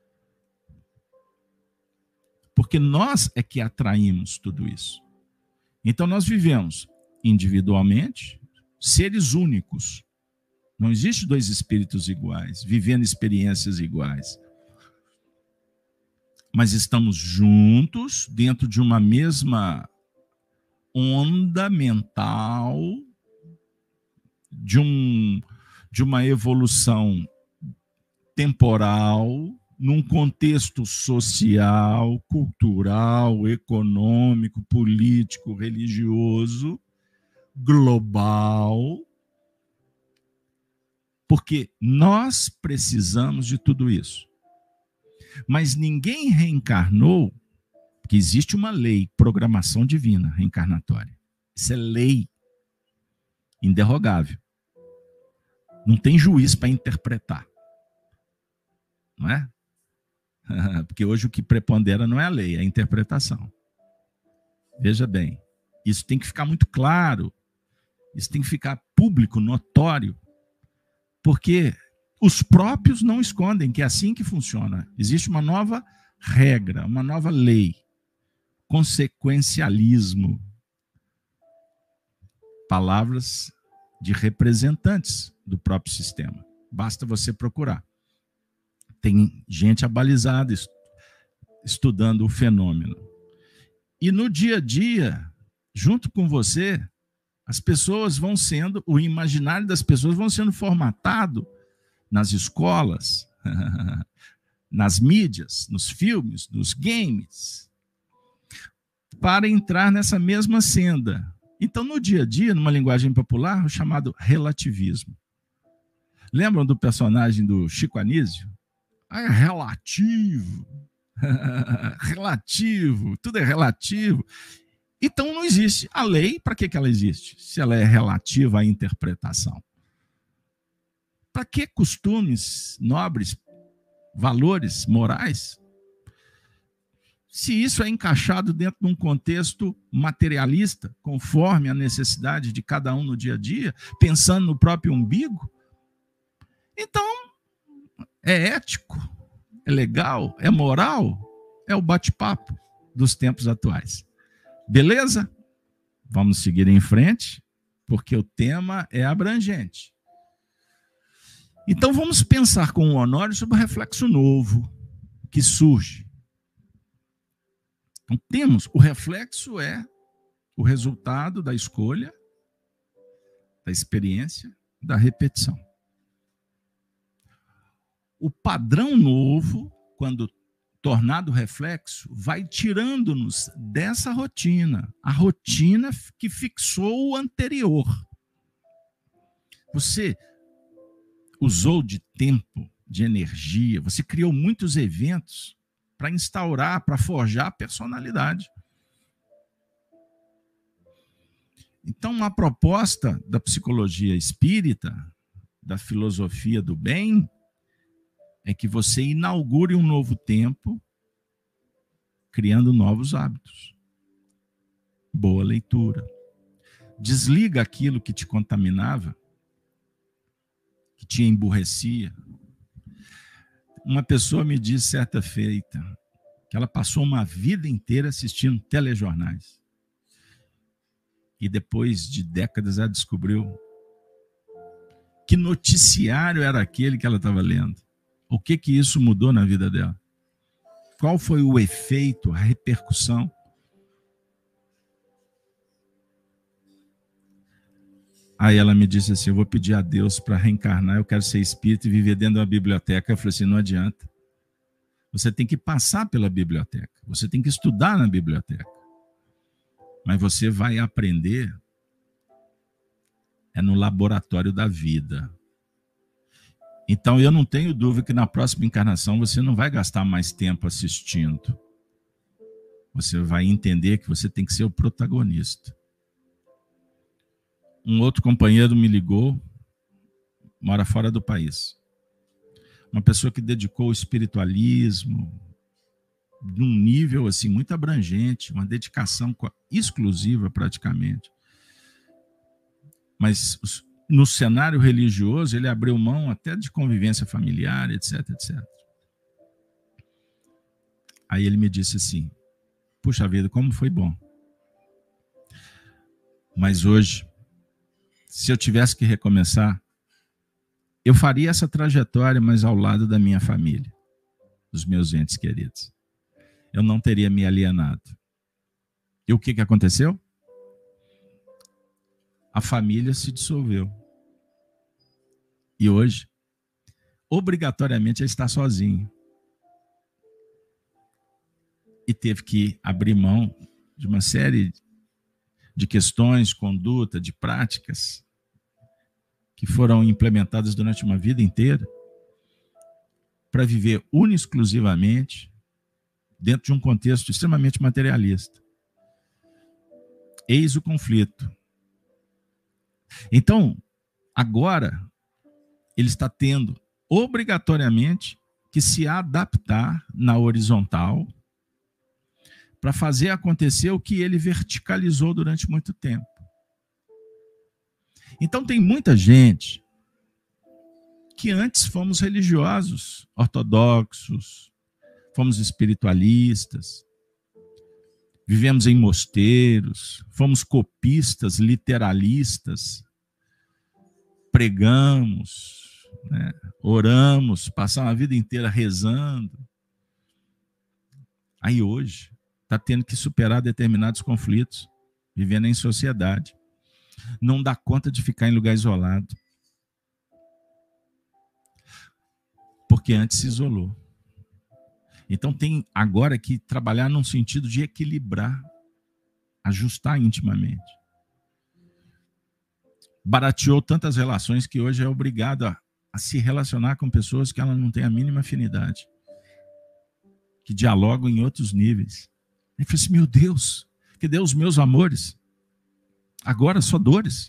Porque nós é que atraímos tudo isso. Então, nós vivemos individualmente, seres únicos. Não existe dois espíritos iguais, vivendo experiências iguais. Mas estamos juntos, dentro de uma mesma onda mental, de uma evolução temporal, num contexto social, cultural, econômico, político, religioso, global, porque nós precisamos de tudo isso. Mas ninguém reencarnou, porque existe uma lei, programação divina reencarnatória. Isso é lei inderrogável. Não tem juiz para interpretar. Não é? Porque hoje o que prepondera não é a lei, é a interpretação. Veja bem, isso tem que ficar muito claro, isso tem que ficar público, notório, porque os próprios não escondem que é assim que funciona. Existe uma nova regra, uma nova lei, consequencialismo, palavras de representantes do próprio sistema. Basta você procurar. Tem gente abalizada estudando o fenômeno. E no dia a dia, junto com você, as pessoas vão sendo, o imaginário das pessoas vão sendo formatado nas escolas, nas mídias, nos filmes, nos games, para entrar nessa mesma senda. Então, no dia a dia, numa linguagem popular, o chamado relativismo. Lembram do personagem do Chico Anísio? É relativo. Relativo, tudo é relativo. Então não existe. A lei, para que ela existe? Se ela é relativa à interpretação. Para que costumes nobres, valores morais? Se isso é encaixado dentro de um contexto materialista, conforme a necessidade de cada um no dia a dia, pensando no próprio umbigo, então é ético, é legal, é moral, é o bate-papo dos tempos atuais. Beleza? Vamos seguir em frente. porque o tema é abrangente. Então vamos pensar com o Honório sobre o reflexo novo que surge. Então temos, o reflexo é o resultado da escolha, da experiência, da repetição. O padrão novo, quando tornado reflexo, vai tirando-nos dessa rotina, a rotina que fixou o anterior. Você usou de tempo, de energia, você criou muitos eventos para instaurar, para forjar a personalidade. Então, uma proposta da psicologia espírita, da filosofia do bem, é que você inaugure um novo tempo, criando novos hábitos. Boa leitura. Desliga aquilo que te contaminava, que te emburrecia. Uma pessoa me disse certa feita que ela passou uma vida inteira assistindo telejornais. E depois de décadas ela descobriu que noticiário era aquele que ela estava lendo. O que isso mudou na vida dela? Qual foi o efeito, a repercussão? Aí ela me disse assim, eu vou pedir a Deus para reencarnar, eu quero ser espírita e viver dentro de uma biblioteca. Eu falei assim, não adianta. Você tem que passar pela biblioteca, você tem que estudar na biblioteca. Mas você vai aprender no laboratório da vida. Então, eu não tenho dúvida que na próxima encarnação você não vai gastar mais tempo assistindo. Você vai entender que você tem que ser o protagonista. Um outro companheiro me ligou, mora fora do país. Uma pessoa que dedicou o espiritualismo num nível assim muito abrangente, uma dedicação exclusiva praticamente. Mas no cenário religioso, ele abriu mão até de convivência familiar, etc, etc. Aí ele me disse assim, puxa vida, como foi bom. Mas hoje, se eu tivesse que recomeçar, eu faria essa trajetória, mas ao lado da minha família, dos meus entes queridos. Eu não teria me alienado. E o que aconteceu? A família se dissolveu. E hoje, obrigatoriamente, ele está sozinho. E teve que abrir mão de uma série de questões, conduta, de práticas que foram implementadas durante uma vida inteira para viver exclusivamente dentro de um contexto extremamente materialista. Eis o conflito. Então, agora, ele está tendo obrigatoriamente que se adaptar na horizontal para fazer acontecer o que ele verticalizou durante muito tempo. Então tem muita gente que antes fomos religiosos, ortodoxos, fomos espiritualistas, vivemos em mosteiros, fomos copistas, literalistas, pregamos, né, oramos, passamos a vida inteira rezando. Aí hoje está tendo que superar determinados conflitos, vivendo em sociedade. Não dá conta de ficar em lugar isolado. Porque antes se isolou. Então tem agora que trabalhar num sentido de equilibrar, ajustar intimamente. Barateou tantas relações que hoje é obrigado a se relacionar com pessoas que ela não tem a mínima afinidade, que dialogam em outros níveis. Ele falou assim, meu Deus, que deu os meus amores, agora só dores.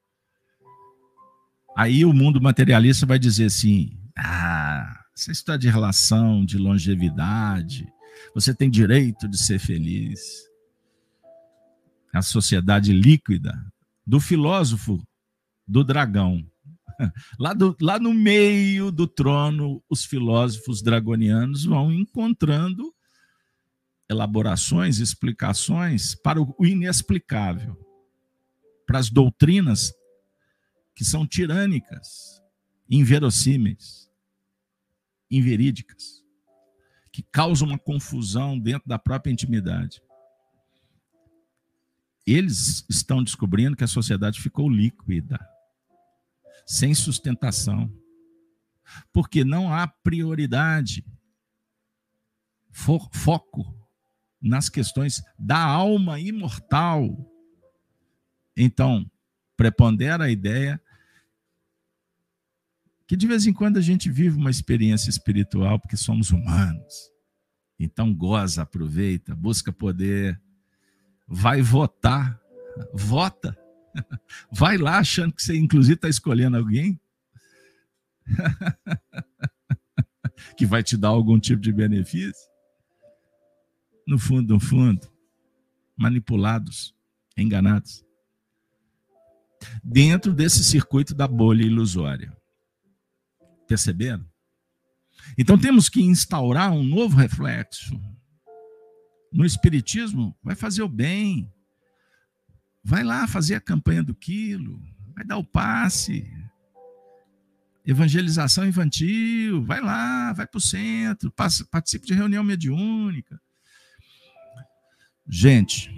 Aí o mundo materialista vai dizer assim, essa história de relação, de longevidade, você tem direito de ser feliz. A sociedade líquida do filósofo do dragão. Lá no meio do trono, os filósofos dragonianos vão encontrando elaborações, explicações para o inexplicável. para as doutrinas que são tirânicas, inverossímeis, inverídicas, que causam uma confusão dentro da própria intimidade. Eles estão descobrindo que a sociedade ficou líquida, sem sustentação, porque não há prioridade, foco nas questões da alma imortal. Então, prepondera a ideia que de vez em quando a gente vive uma experiência espiritual, porque somos humanos. Então, goza, aproveita, busca poder, vai votar, vota. Vai lá achando que você, inclusive, está escolhendo alguém que vai te dar algum tipo de benefício. No fundo, manipulados, enganados, dentro desse circuito da bolha ilusória. Perceberam? Então temos que instaurar um novo reflexo. No Espiritismo, vai fazer o bem. Vai lá fazer a campanha do quilo. Vai dar o passe. Evangelização infantil. Vai lá, vai para o centro. Participe de reunião mediúnica. Gente,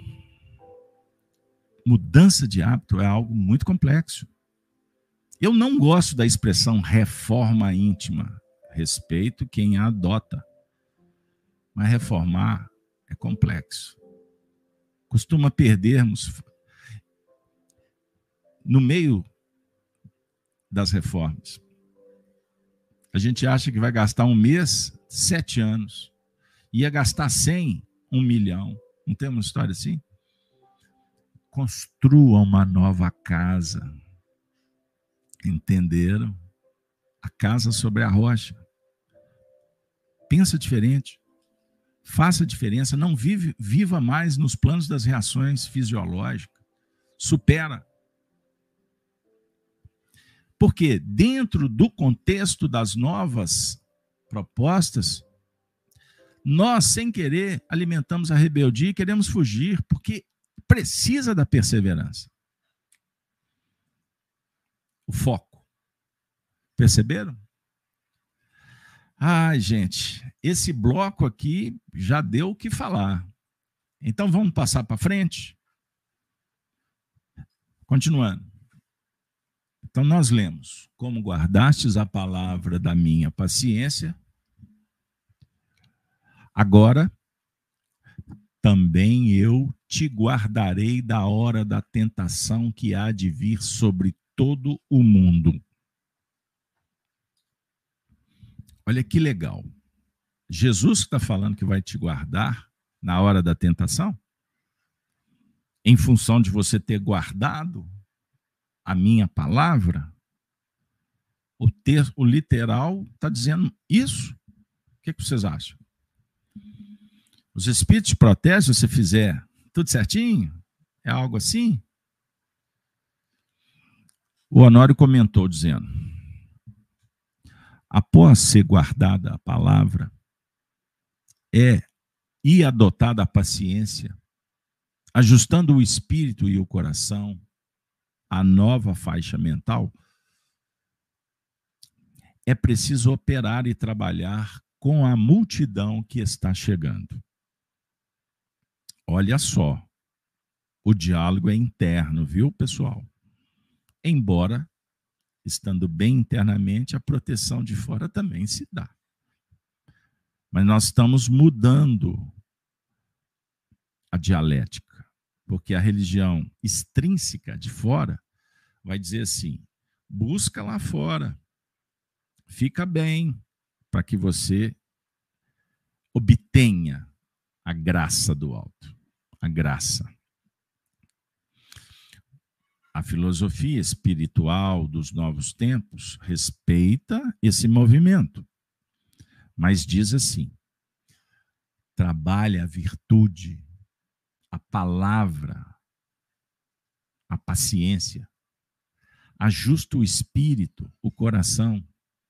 mudança de hábito é algo muito complexo. Eu não gosto da expressão reforma íntima. Respeito quem a adota. Mas reformar é complexo. Costuma perdermos no meio das reformas. A gente acha que vai gastar um mês, 7 anos. Ia gastar 100, 1 milhão. Não tem uma história assim? Construa uma nova casa. Entenderam? A casa sobre a rocha. Pensa diferente. Faça diferença. Não viva mais nos planos das reações fisiológicas. Supera. Porque dentro do contexto das novas propostas, nós, sem querer, alimentamos a rebeldia e queremos fugir, porque precisa da perseverança. O foco. Perceberam? Ai, gente, esse bloco aqui já deu o que falar. Então vamos passar para frente? Continuando. Então nós lemos: como guardastes a palavra da minha paciência, agora também eu te guardarei da hora da tentação que há de vir sobre todo o mundo. Olha que legal. Jesus está falando que vai te guardar na hora da tentação, em função de você ter guardado a minha palavra. O literal está dizendo isso. O que vocês acham? Os espíritos te protegem se você fizer tudo certinho? É algo assim? O Honório comentou dizendo: após ser guardada a palavra e adotada a paciência, ajustando o espírito e o coração à nova faixa mental, é preciso operar e trabalhar com a multidão que está chegando. Olha só, o diálogo é interno, viu, pessoal? Embora, estando bem internamente, a proteção de fora também se dá. Mas nós estamos mudando a dialética, porque a religião extrínseca de fora vai dizer assim: busca lá fora, fica bem, para que você obtenha a graça do alto, a graça. A filosofia espiritual dos novos tempos respeita esse movimento, mas diz assim: trabalha a virtude, a palavra, a paciência, ajusta o espírito, o coração,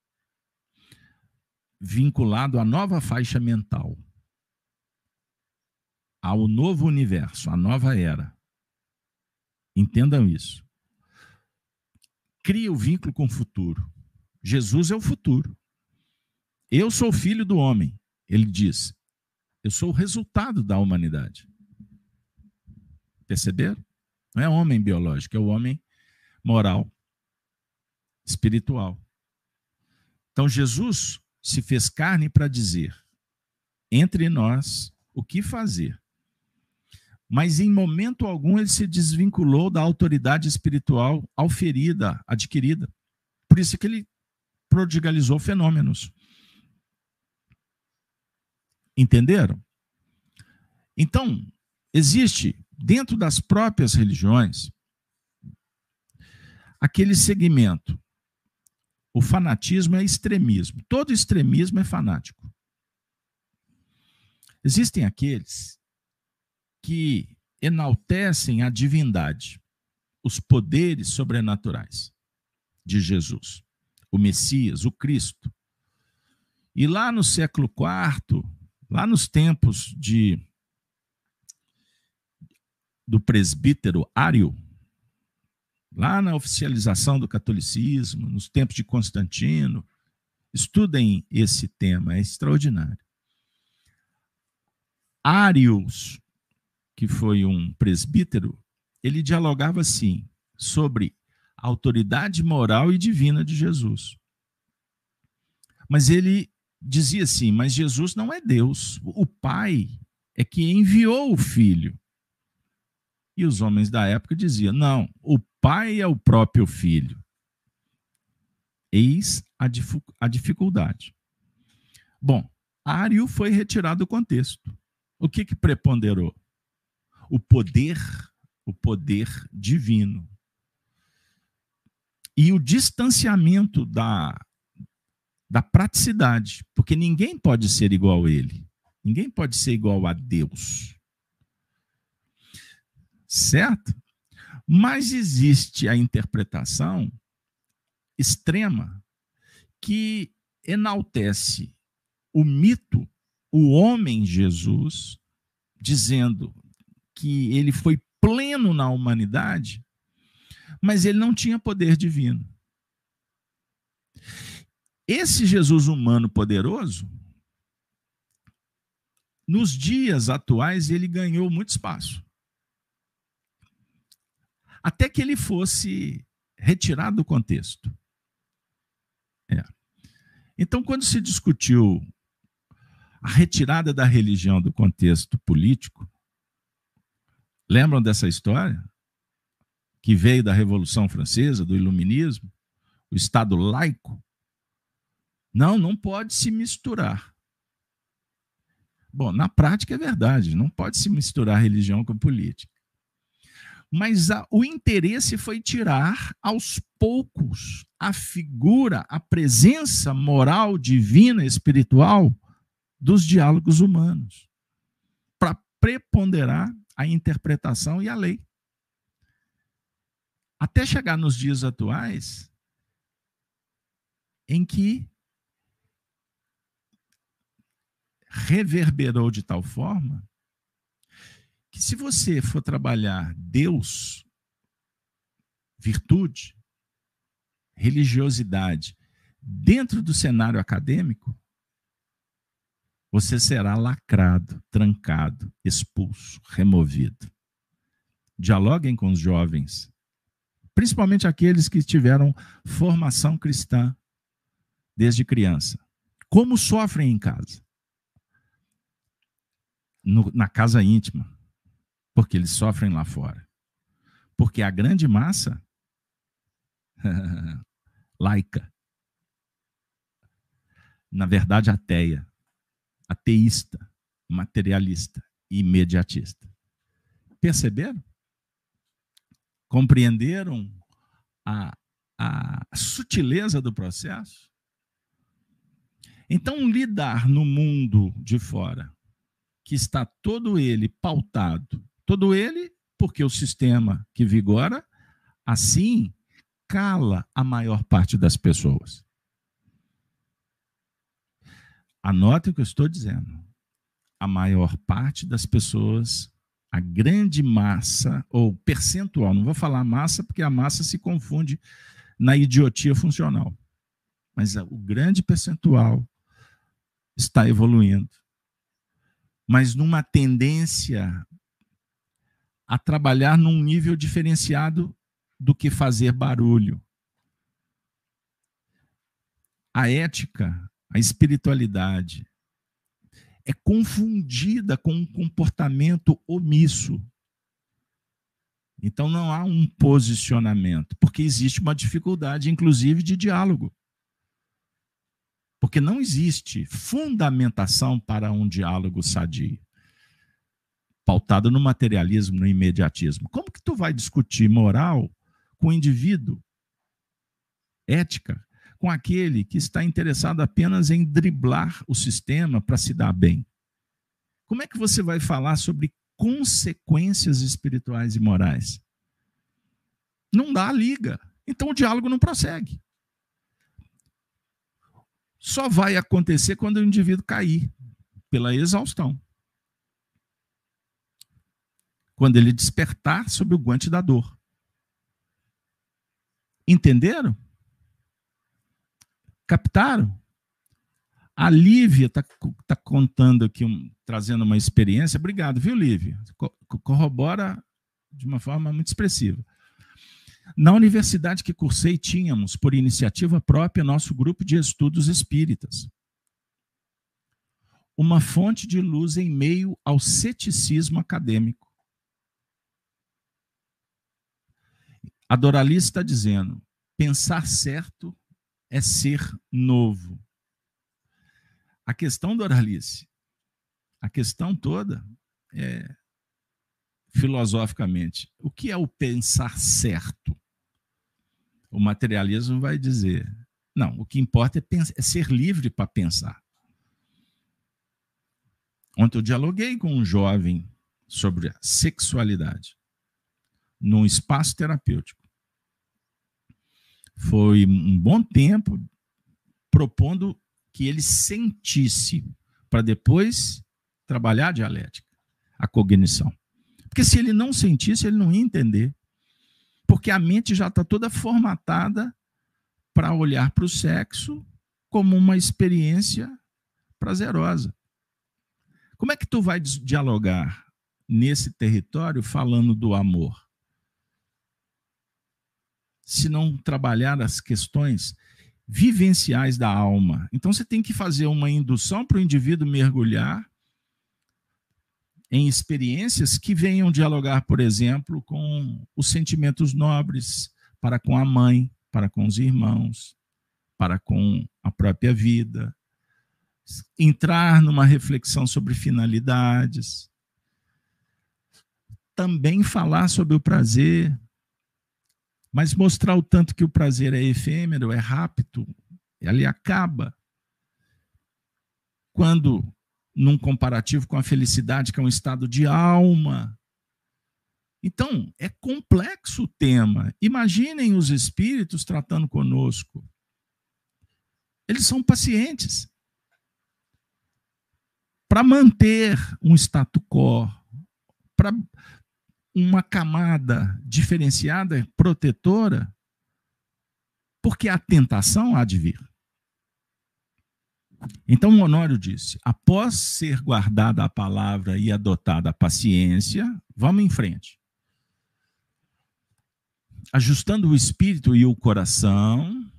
vinculado à nova faixa mental, ao novo universo, à nova era. Entendam isso. Cria o vínculo com o futuro. Jesus é o futuro. Eu sou filho do homem, ele diz. Eu sou o resultado da humanidade. Perceberam? Não é homem biológico, é o homem moral, espiritual. Então Jesus se fez carne para dizer entre nós o que fazer. Mas em momento algum ele se desvinculou da autoridade espiritual auferida, adquirida. Por isso que ele prodigalizou fenômenos. Entenderam? Então, existe dentro das próprias religiões aquele segmento. O fanatismo é extremismo. Todo extremismo é fanático. Existem aqueles que enaltecem a divindade, os poderes sobrenaturais de Jesus, o Messias, o Cristo. E lá no século IV, lá nos tempos do presbítero Ário, lá na oficialização do catolicismo, nos tempos de Constantino, estudem esse tema, é extraordinário. Ários, que foi um presbítero, ele dialogava assim, sobre a autoridade moral e divina de Jesus. Mas ele dizia assim, mas Jesus não é Deus, o Pai é que enviou o Filho. E os homens da época diziam, não, o Pai é o próprio Filho. Eis a dificuldade. Bom, Ário foi retirado do contexto. O que preponderou? O poder divino. E o distanciamento da praticidade, porque ninguém pode ser igual a ele. Ninguém pode ser igual a Deus. Certo? Mas existe a interpretação extrema que enaltece o mito, o homem Jesus, dizendo que ele foi pleno na humanidade, mas ele não tinha poder divino. Esse Jesus humano poderoso, nos dias atuais, ele ganhou muito espaço. Até que ele fosse retirado do contexto. Então, quando se discutiu a retirada da religião do contexto político, lembram dessa história? Que veio da Revolução Francesa, do Iluminismo, o Estado laico? Não pode se misturar. Bom, na prática é verdade, não pode se misturar religião com política. Mas o interesse foi tirar aos poucos a figura, a presença moral, divina, espiritual dos diálogos humanos, para preponderar a interpretação e a lei. Até chegar nos dias atuais, em que reverberou de tal forma que se você for trabalhar Deus, virtude, religiosidade, dentro do cenário acadêmico, você será lacrado, trancado, expulso, removido. Dialoguem com os jovens, principalmente aqueles que tiveram formação cristã desde criança. Como sofrem em casa? Na casa íntima. Porque eles sofrem lá fora. Porque a grande massa laica, na verdade ateia, ateísta, materialista e imediatista. Perceberam? Compreenderam a sutileza do processo? Então, lidar no mundo de fora, que está todo ele pautado, todo ele, porque o sistema que vigora, assim, cala a maior parte das pessoas. Anote o que eu estou dizendo. A maior parte das pessoas A grande massa, ou percentual, não vou falar massa, porque a massa se confunde na idiotia funcional. Mas o grande percentual está evoluindo. Mas numa tendência a trabalhar num nível diferenciado do que fazer barulho. A ética, a espiritualidade, é confundida com um comportamento omisso. Então não há um posicionamento, porque existe uma dificuldade, inclusive, de diálogo. Porque não existe fundamentação para um diálogo sadio, pautado no materialismo, no imediatismo. Como que tu vai discutir moral com o indivíduo, ética, com aquele que está interessado apenas em driblar o sistema para se dar bem? Como é que você vai falar sobre consequências espirituais e morais? Não dá liga. Então o diálogo não prossegue. Só vai acontecer quando o indivíduo cair pela exaustão. Quando ele despertar sob o guante da dor. Entenderam? Captaram? A Lívia está contando aqui, trazendo uma experiência. Obrigado, viu, Lívia? Corrobora de uma forma muito expressiva. Na universidade que cursei, tínhamos, por iniciativa própria, nosso grupo de estudos espíritas. Uma fonte de luz em meio ao ceticismo acadêmico. A Doralice está dizendo, pensar certo é ser novo. A questão, Doralice, a questão toda é, filosoficamente, o que é o pensar certo? O materialismo vai dizer, não, o que importa é ser livre para pensar. Ontem eu dialoguei com um jovem sobre a sexualidade, num espaço terapêutico. Foi um bom tempo propondo que ele sentisse, para depois trabalhar a dialética, a cognição. Porque se ele não sentisse, ele não ia entender. Porque a mente já está toda formatada para olhar para o sexo como uma experiência prazerosa. Como é que tu vai dialogar nesse território falando do amor? Se não trabalhar as questões vivenciais da alma. Então você tem que fazer uma indução para o indivíduo mergulhar em experiências que venham dialogar, por exemplo, com os sentimentos nobres, para com a mãe, para com os irmãos, para com a própria vida. Entrar numa reflexão sobre finalidades. Também falar sobre o prazer, mas mostrar o tanto que o prazer é efêmero, é rápido, ele acaba. Quando, num comparativo com a felicidade, que é um estado de alma. Então, é complexo o tema. Imaginem os espíritos tratando conosco. Eles são pacientes. Para manter um status quo, para uma camada diferenciada, protetora, porque a tentação há de vir. Então, o Honório disse, após ser guardada a palavra e adotada a paciência, vamos em frente. Ajustando o espírito e o coração,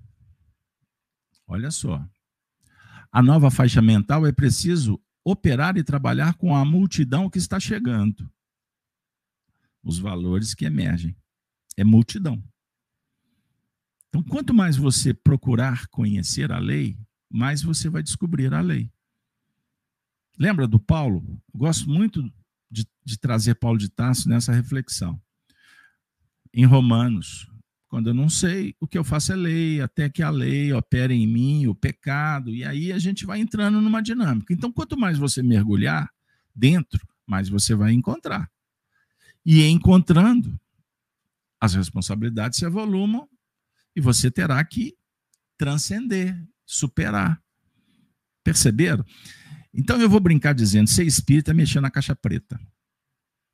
olha só, a nova faixa mental é preciso operar e trabalhar com a multidão que está chegando. Os valores que emergem. É multidão. Então, quanto mais você procurar conhecer a lei, mais você vai descobrir a lei. Lembra do Paulo? Eu gosto muito de trazer Paulo de Tarso nessa reflexão. Em Romanos, quando eu não sei, o que eu faço é lei, até que a lei opere em mim, o pecado, e aí a gente vai entrando numa dinâmica. Então, quanto mais você mergulhar dentro, mais você vai encontrar. E encontrando, as responsabilidades se avolumam e você terá que transcender, superar. Perceberam? Então eu vou brincar dizendo, ser espírita é mexer na caixa preta.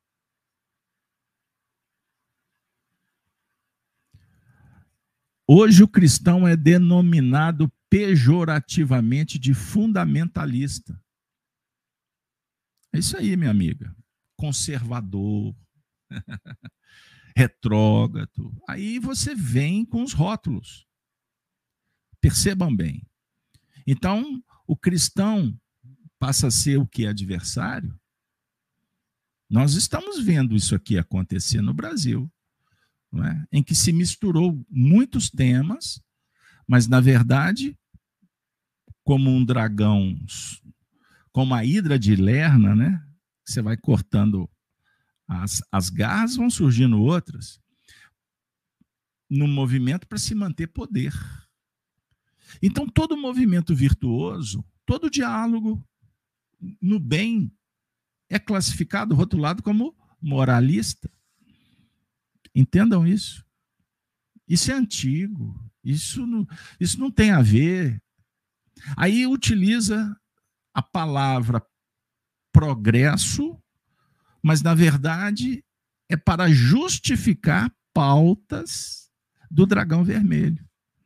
Hoje o cristão é denominado pejorativamente de fundamentalista. É isso aí, minha amiga. Conservador, retrógrado. Aí você vem com os rótulos. Percebam bem. Então, o cristão passa a ser o que? Adversário? Nós estamos vendo isso aqui acontecer no Brasil, não é? Em que se misturou muitos temas, mas, na verdade, como um dragão, como a hidra de Lerna, né? Você vai cortando as garras, vão surgindo outras, no movimento para se manter poder. Então, todo movimento virtuoso, todo diálogo no bem é classificado, rotulado como moralista. Entendam isso. Isso é antigo. Isso não tem a ver. Aí utiliza a palavra progresso, mas, na verdade, é para justificar pautas do dragão vermelho,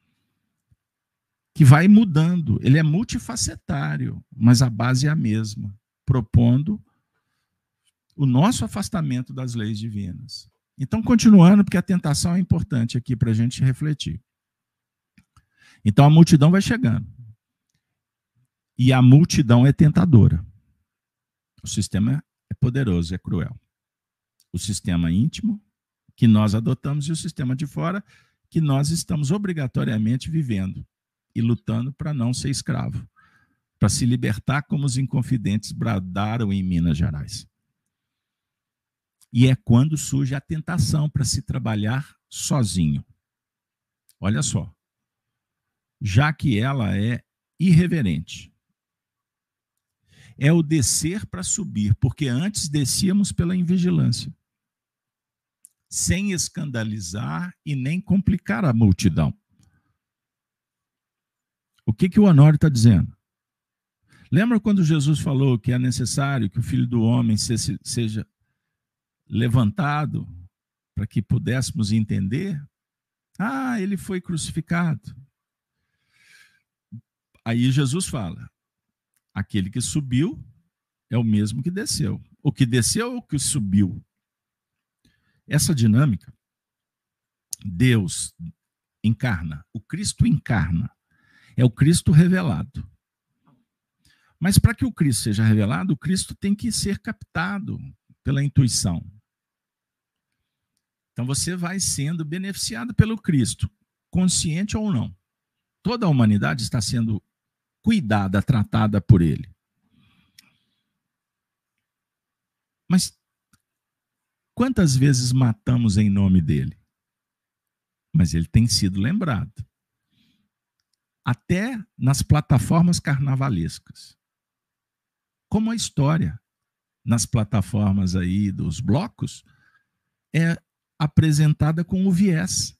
que vai mudando. Ele é multifacetário, mas a base é a mesma, propondo o nosso afastamento das leis divinas. Então, continuando, porque a tentação é importante aqui para a gente refletir. Então, a multidão vai chegando. E a multidão é tentadora. O sistema é poderoso, é cruel. O sistema íntimo, que nós adotamos, e o sistema de fora, que nós estamos obrigatoriamente vivendo e lutando para não ser escravo, para se libertar, como os inconfidentes bradaram em Minas Gerais. E é quando surge a tentação para se trabalhar sozinho. Olha só, já que ela é irreverente. É o descer para subir, porque antes descíamos pela invigilância, sem escandalizar e nem complicar a multidão. O que o Honório está dizendo? Lembra quando Jesus falou que é necessário que o Filho do Homem seja levantado para que pudéssemos entender? Ah, ele foi crucificado. Aí Jesus fala, aquele que subiu é o mesmo que desceu. O que desceu é o que subiu. Essa dinâmica, Deus encarna, o Cristo encarna, é o Cristo revelado. Mas para que o Cristo seja revelado, o Cristo tem que ser captado pela intuição. Então você vai sendo beneficiado pelo Cristo, consciente ou não. Toda a humanidade está sendo cuidada, tratada por ele. Mas quantas vezes matamos em nome dele? Mas ele tem sido lembrado. Até nas plataformas carnavalescas. Como a história nas plataformas aí dos blocos é apresentada com o viés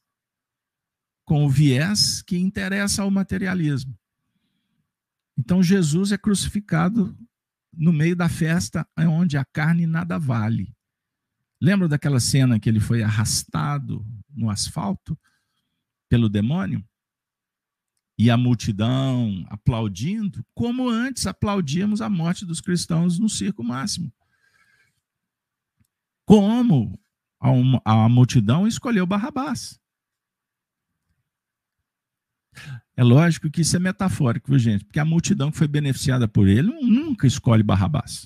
que interessa ao materialismo. Então Jesus é crucificado no meio da festa onde a carne nada vale. Lembra daquela cena que ele foi arrastado no asfalto pelo demônio? E a multidão aplaudindo, como antes aplaudíamos a morte dos cristãos no circo máximo. Como a multidão escolheu Barrabás. É lógico que isso é metafórico, gente, porque a multidão que foi beneficiada por ele nunca escolhe Barrabás.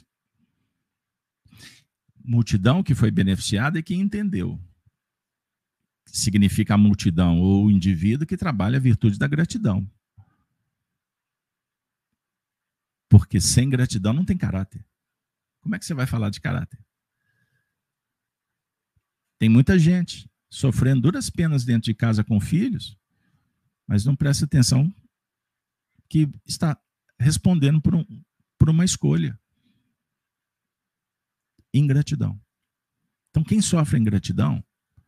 Multidão que foi beneficiada é quem entendeu. Significa a multidão ou o indivíduo que trabalha a virtude da gratidão. Porque sem gratidão não tem caráter. Como é que você vai falar de caráter? Tem muita gente sofrendo duras penas dentro de casa com filhos, mas não presta atenção que está respondendo por uma escolha. Ingratidão. Então, quem sofre ingratidão,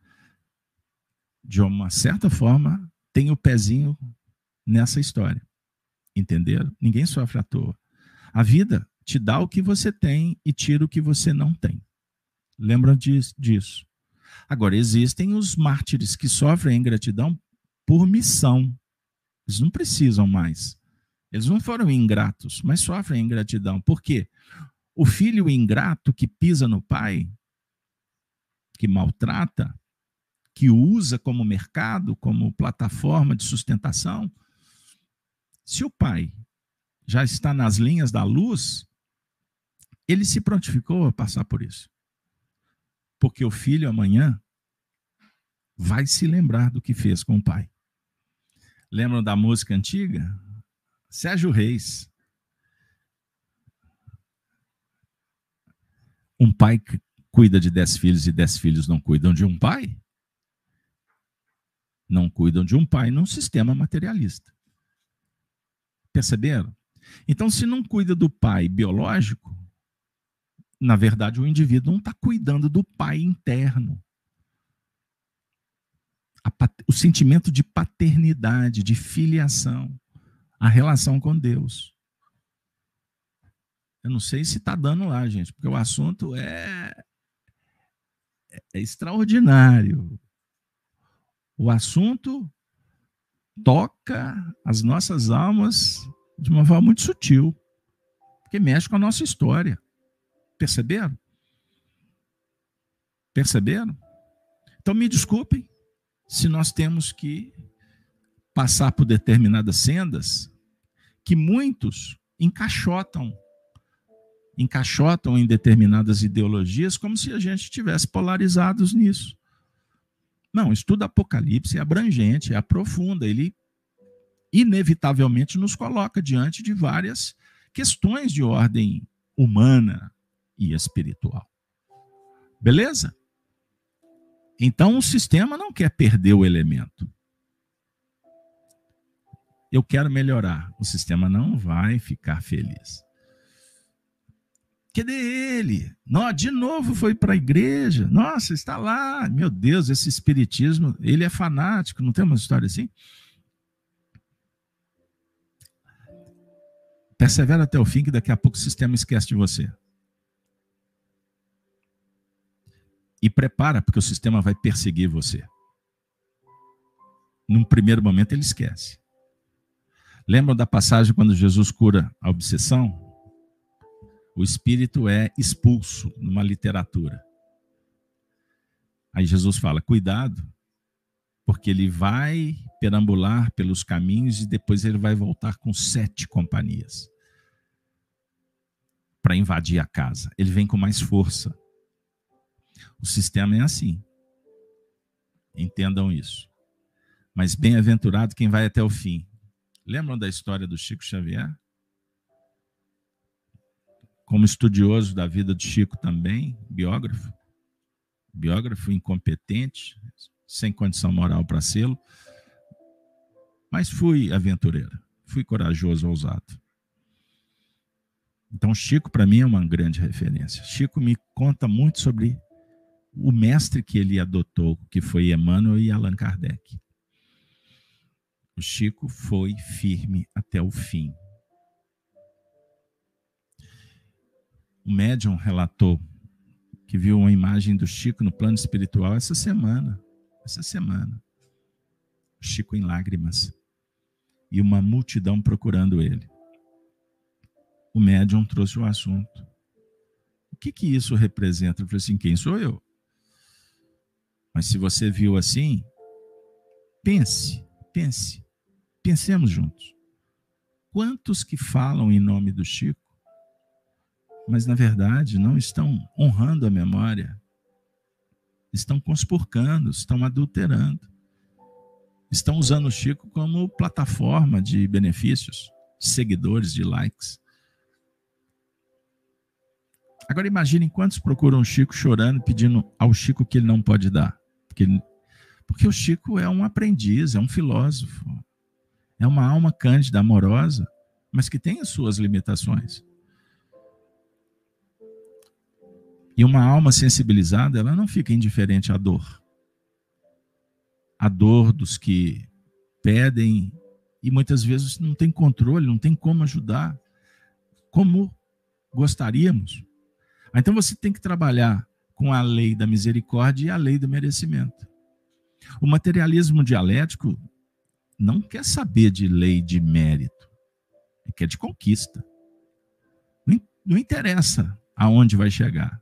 de uma certa forma, tem o pezinho nessa história. Entenderam? Ninguém sofre à toa. A vida te dá o que você tem e tira o que você não tem. Lembra disso? Agora, existem os mártires que sofrem a ingratidão por missão. Eles não precisam mais. Eles não foram ingratos, mas sofrem ingratidão. Por quê? O filho ingrato que pisa no pai, que maltrata, que usa como mercado, como plataforma de sustentação, se o pai já está nas linhas da luz, ele se prontificou a passar por isso. Porque o filho amanhã vai se lembrar do que fez com o pai. Lembram da música antiga? Sérgio Reis. Um pai que cuida de 10 filhos e 10 filhos não cuidam de um pai? Não cuidam de um pai num sistema materialista. Perceberam? Então, se não cuida do pai biológico, na verdade, o indivíduo não está cuidando do pai interno. O sentimento de paternidade, de filiação, a relação com Deus. Eu não sei se está dando lá, gente, porque o assunto é extraordinário. O assunto toca as nossas almas de uma forma muito sutil, porque mexe com a nossa história. Perceberam? Perceberam? Então me desculpem se nós temos que passar por determinadas sendas que muitos encaixotam em determinadas ideologias como se a gente estivesse polarizados nisso. Não, o estudo Apocalipse é abrangente, é aprofunda, ele inevitavelmente nos coloca diante de várias questões de ordem humana e espiritual. Beleza? Então o sistema não quer perder o elemento. Eu quero melhorar. O sistema não vai ficar feliz. Cadê ele? Não, de novo foi para a igreja. Nossa, está lá. Meu Deus, esse espiritismo, ele é fanático. Não tem uma história assim? Persevera até o fim, que daqui a pouco o sistema esquece de você. E prepara, porque o sistema vai perseguir você. Num primeiro momento ele esquece. Lembram da passagem quando Jesus cura a obsessão? O espírito é expulso numa literatura. Aí Jesus fala, cuidado, porque ele vai perambular pelos caminhos e depois ele vai voltar com 7 companhias para invadir a casa. Ele vem com mais força. O sistema é assim. Entendam isso. Mas bem-aventurado quem vai até o fim. Lembram da história do Chico Xavier? Como estudioso da vida de Chico também, biógrafo incompetente, sem condição moral para sê-lo, mas fui aventureiro, fui corajoso, ousado. Então Chico para mim é uma grande referência. Chico me conta muito sobre o mestre que ele adotou, que foi Emmanuel e Allan Kardec. O Chico foi firme até o fim. O médium relatou que viu uma imagem do Chico no plano espiritual essa semana. O Chico em lágrimas. E uma multidão procurando ele. O médium trouxe o assunto. O que isso representa? Eu falei assim, quem sou eu? Mas se você viu assim, pensemos juntos. Quantos que falam em nome do Chico, mas na verdade não estão honrando a memória, estão conspurcando, estão adulterando, estão usando o Chico como plataforma de benefícios, de seguidores, de likes. Agora imaginem quantos procuram o Chico chorando, pedindo ao Chico que ele não pode dar. Porque o Chico é um aprendiz, é um filósofo, é uma alma cândida, amorosa, mas que tem as suas limitações. E uma alma sensibilizada, ela não fica indiferente à dor. A dor dos que pedem e muitas vezes não tem controle, não tem como ajudar, como gostaríamos. Então você tem que trabalhar com a lei da misericórdia e a lei do merecimento. O materialismo dialético, não quer saber de lei de mérito, ele quer de conquista. Não interessa aonde vai chegar.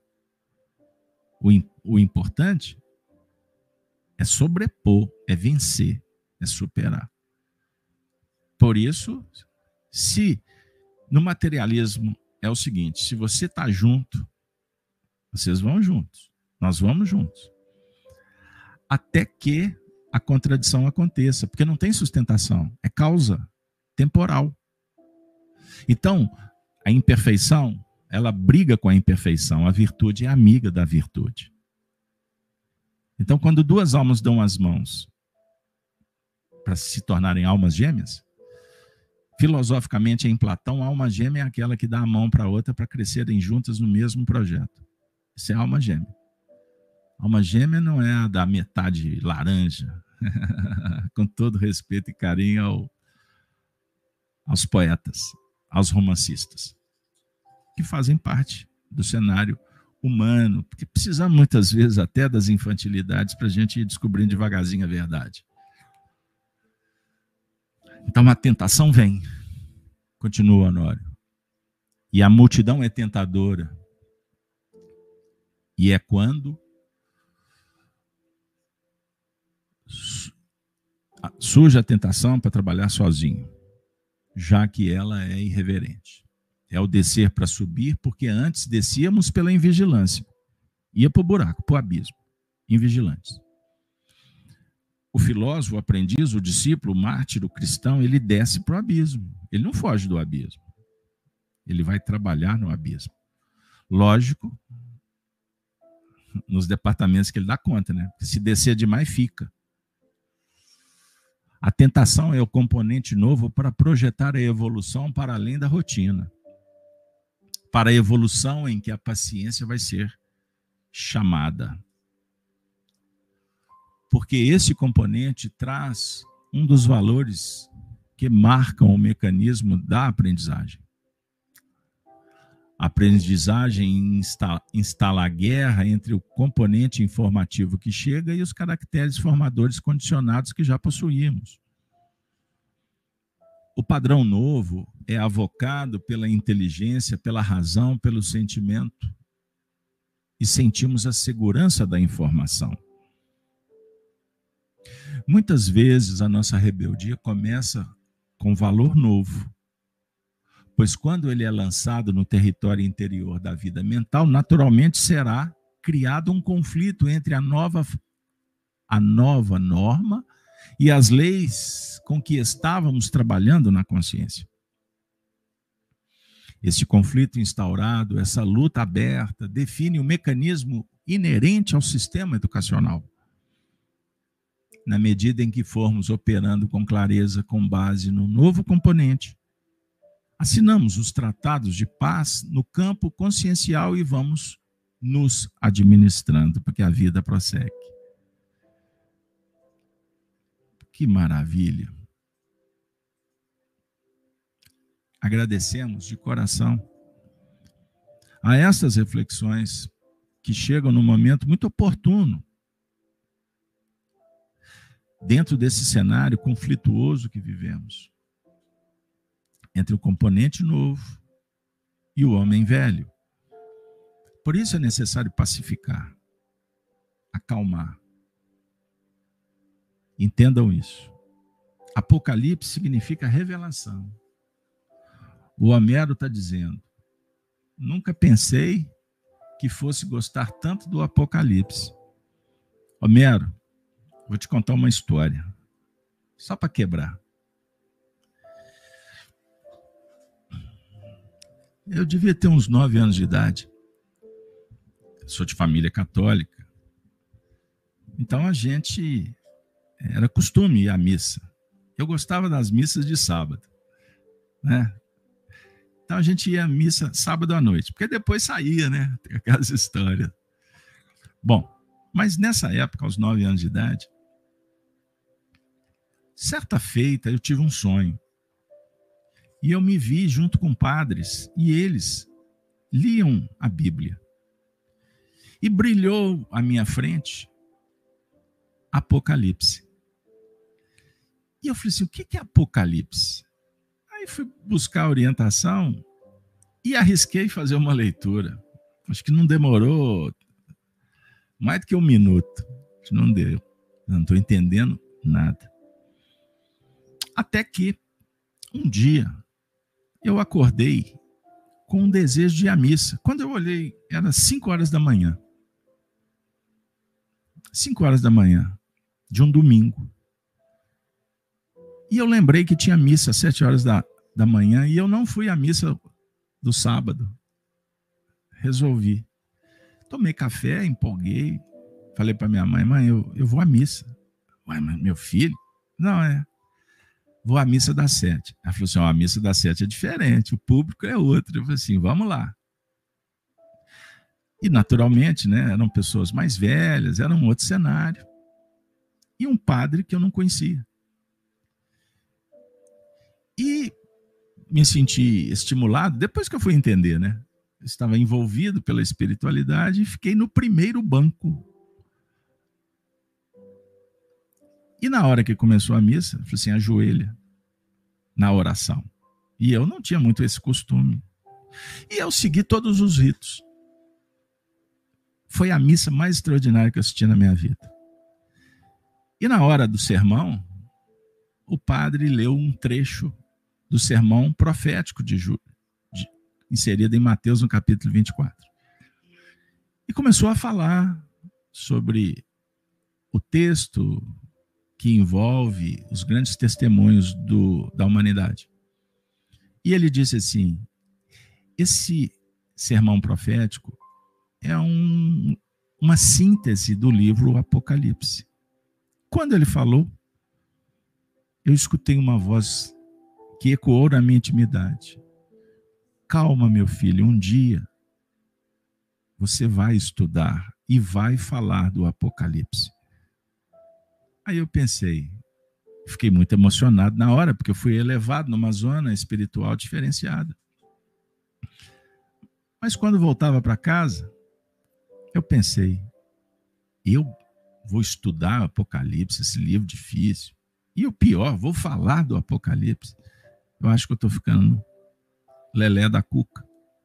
O importante é sobrepor, é vencer, é superar. Por isso, se no materialismo é o seguinte, se você está junto, vocês vão juntos, nós vamos juntos. Até que a contradição aconteça, porque não tem sustentação, é causa temporal. Então, a imperfeição, ela briga com a imperfeição, a virtude é amiga da virtude. Então, quando duas almas dão as mãos para se tornarem almas gêmeas, filosoficamente, em Platão, a alma gêmea é aquela que dá a mão para a outra para crescerem juntas no mesmo projeto. Isso é alma gêmea. Alma gêmea não é a da metade laranja, com todo respeito e carinho aos poetas, aos romancistas, que fazem parte do cenário humano, porque precisamos muitas vezes até das infantilidades para a gente ir descobrindo devagarzinho a verdade. Então a tentação vem, continua Honório, e a multidão é tentadora, e é quando surge a tentação para trabalhar sozinho, já que ela é irreverente. É o descer para subir, porque antes descíamos pela invigilância. Ia para o buraco, para o abismo, invigilantes. O filósofo, o aprendiz, o discípulo, o mártir, o cristão, ele desce para o abismo. Ele não foge do abismo. Ele vai trabalhar no abismo. Lógico, nos departamentos que ele dá conta, né? Porque se descer demais, fica. A tentação é o componente novo para projetar a evolução para além da rotina. Para a evolução em que a paciência vai ser chamada. Porque esse componente traz um dos valores que marcam o mecanismo da aprendizagem. A aprendizagem instala a guerra entre o componente informativo que chega e os caracteres formadores condicionados que já possuímos. O padrão novo é avocado pela inteligência, pela razão, pelo sentimento. E sentimos a segurança da informação. Muitas vezes a nossa rebeldia começa com valor novo, pois quando ele é lançado no território interior da vida mental, naturalmente será criado um conflito entre a nova norma e as leis com que estávamos trabalhando na consciência. Esse conflito instaurado, essa luta aberta, define o mecanismo inerente ao sistema educacional. Na medida em que formos operando com clareza, com base no novo componente, assinamos os tratados de paz no campo consciencial e vamos nos administrando, porque a vida prossegue. Que maravilha! Agradecemos de coração a essas reflexões que chegam num momento muito oportuno, dentro desse cenário conflituoso que vivemos, entre o componente novo e o homem velho. Por isso é necessário pacificar, acalmar. Entendam isso. Apocalipse significa revelação. O Homero está dizendo, nunca pensei que fosse gostar tanto do Apocalipse. Homero, vou te contar uma história, só para quebrar. Eu devia ter uns 9 anos de idade. Sou de família católica. Então a gente, era costume ir à missa. Eu gostava das missas de sábado, né? Então a gente ia à missa sábado à noite, porque depois saía, né? Tem aquelas histórias. Bom, mas nessa época, aos 9 anos de idade, certa feita eu tive um sonho. E eu me vi junto com padres, e eles liam a Bíblia. E brilhou à minha frente Apocalipse. E eu falei assim, o que é Apocalipse? Aí fui buscar orientação e arrisquei fazer uma leitura. Acho que não demorou mais do que 1 minuto. Acho que não deu. Eu não estou entendendo nada. Até que um dia eu acordei com um desejo de ir à missa. Quando eu olhei, era 5 horas da manhã. 5 horas da manhã, de um domingo. E eu lembrei que tinha missa às 7 horas da manhã e eu não fui à missa do sábado. Resolvi. Tomei café, empolguei. Falei para minha mãe, mãe, eu vou à missa. Ué, mas meu filho? Não, vou à missa das 7. Ela falou assim, a missa das 7 é diferente, o público é outro. Eu falei assim, vamos lá. E naturalmente, né, eram pessoas mais velhas, era um outro cenário. E um padre que eu não conhecia. E me senti estimulado, depois que eu fui entender, né? Eu estava envolvido pela espiritualidade e fiquei no primeiro banco. E na hora que começou a missa, eu falei assim, ajoelha na oração. E eu não tinha muito esse costume. E eu segui todos os ritos. Foi a missa mais extraordinária que eu assisti na minha vida. E na hora do sermão, o padre leu um trecho do sermão profético inserido em Mateus, no capítulo 24. E começou a falar sobre o texto que envolve os grandes testemunhos da humanidade. E ele disse assim, esse sermão profético é uma síntese do livro Apocalipse. Quando ele falou, eu escutei uma voz que ecoou na minha intimidade. Calma, meu filho, um dia você vai estudar e vai falar do Apocalipse. Aí eu pensei, fiquei muito emocionado na hora, porque eu fui elevado numa zona espiritual diferenciada. Mas quando voltava para casa, eu pensei, eu vou estudar Apocalipse, esse livro difícil. E o pior, vou falar do Apocalipse. Eu acho que eu estou ficando lelé da cuca.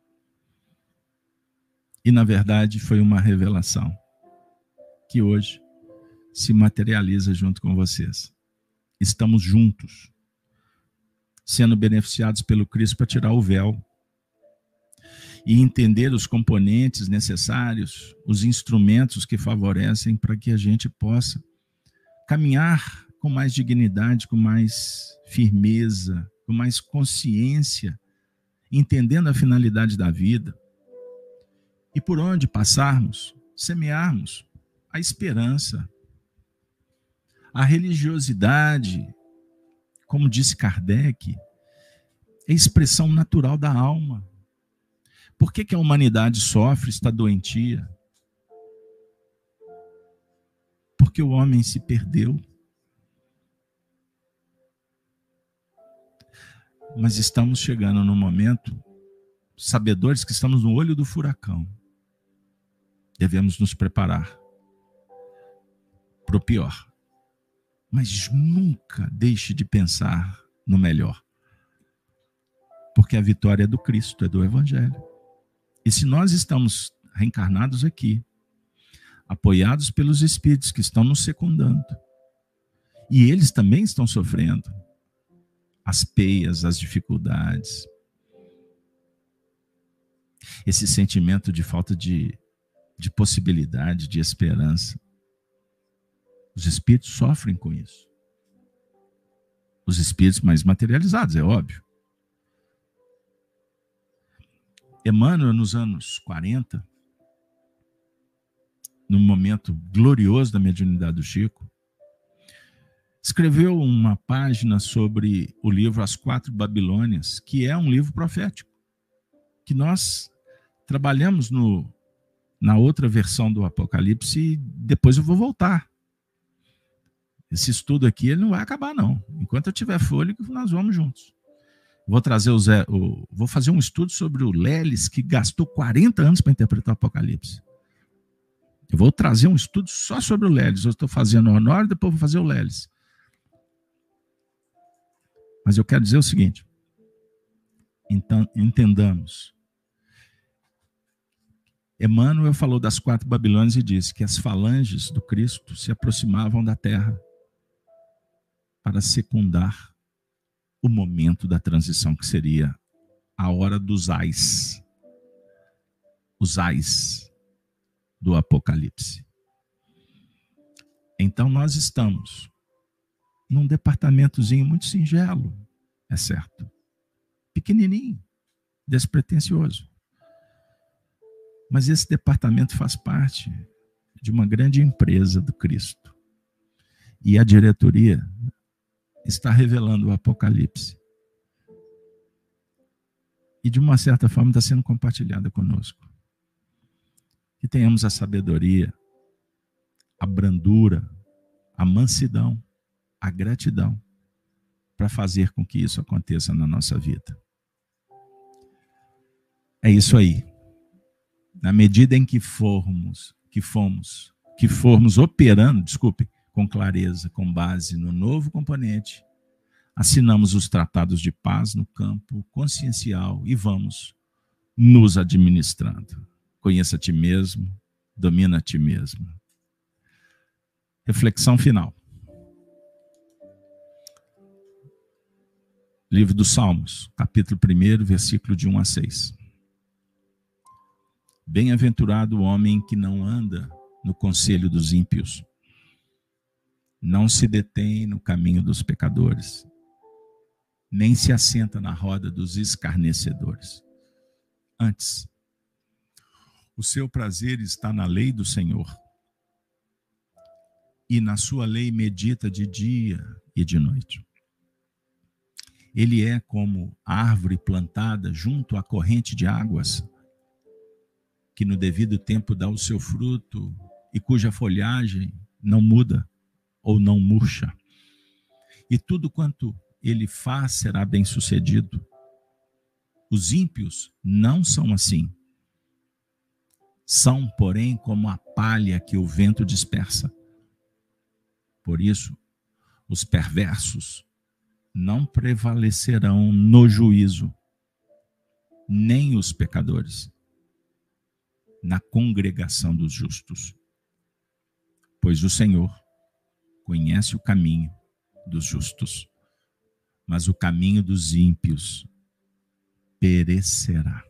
E, na verdade, foi uma revelação que hoje se materializa junto com vocês. Estamos juntos, sendo beneficiados pelo Cristo para tirar o véu e entender os componentes necessários, os instrumentos que favorecem para que a gente possa caminhar com mais dignidade, com mais firmeza, com mais consciência, entendendo a finalidade da vida. E por onde passarmos, semearmos a esperança, a religiosidade, como disse Kardec, é expressão natural da alma. Por que a humanidade sofre, está doentia? Porque o homem se perdeu. Mas estamos chegando num momento, sabedores que estamos no olho do furacão. Devemos nos preparar para o pior. Mas nunca deixe de pensar no melhor. Porque a vitória é do Cristo, é do Evangelho. E se nós estamos reencarnados aqui, apoiados pelos Espíritos que estão nos secundando, e eles também estão sofrendo as peias, as dificuldades, esse sentimento de falta de possibilidade, de esperança, os espíritos sofrem com isso. Os espíritos mais materializados, é óbvio. Emmanuel, nos anos 40, no momento glorioso da mediunidade do Chico, escreveu uma página sobre o livro As Quatro Babilônias, que é um livro profético, que nós trabalhamos na outra versão do Apocalipse e depois eu vou voltar. Esse estudo aqui ele não vai acabar, não. Enquanto eu tiver fôlego, nós vamos juntos. Vou trazer vou fazer um estudo sobre o Leles, que gastou 40 anos para interpretar o Apocalipse. Eu vou trazer um estudo só sobre o Leles. Eu estou fazendo o Honório, depois vou fazer o Leles. Mas eu quero dizer o seguinte: então, entendamos. Emmanuel falou das 4 Babilônias e disse que as falanges do Cristo se aproximavam da terra para secundar o momento da transição, que seria a hora dos ais, os ais do Apocalipse. Então nós estamos num departamentozinho muito singelo, é certo, pequenininho, despretensioso. Mas esse departamento faz parte de uma grande empresa do Cristo. E a diretoria está revelando o Apocalipse. E de uma certa forma está sendo compartilhada conosco. Que tenhamos a sabedoria, a brandura, a mansidão, a gratidão para fazer com que isso aconteça na nossa vida. É isso aí. Na medida em que formos operando, com clareza, com base no novo componente, assinamos os tratados de paz no campo consciencial e vamos nos administrando. Conheça a ti mesmo, domina a ti mesmo. Reflexão final. Livro dos Salmos, capítulo 1, versículo de 1 a 6. Bem-aventurado o homem que não anda no conselho dos ímpios, não se detém no caminho dos pecadores, nem se assenta na roda dos escarnecedores. Antes, o seu prazer está na lei do Senhor, e na sua lei medita de dia e de noite. Ele é como árvore plantada junto à corrente de águas, que no devido tempo dá o seu fruto e cuja folhagem não muda ou não murcha. E tudo quanto ele faz será bem-sucedido. Os ímpios não são assim. São, porém, como a palha que o vento dispersa. Por isso, os perversos não prevalecerão no juízo, nem os pecadores na congregação dos justos. Pois o Senhor conhece o caminho dos justos, mas o caminho dos ímpios perecerá.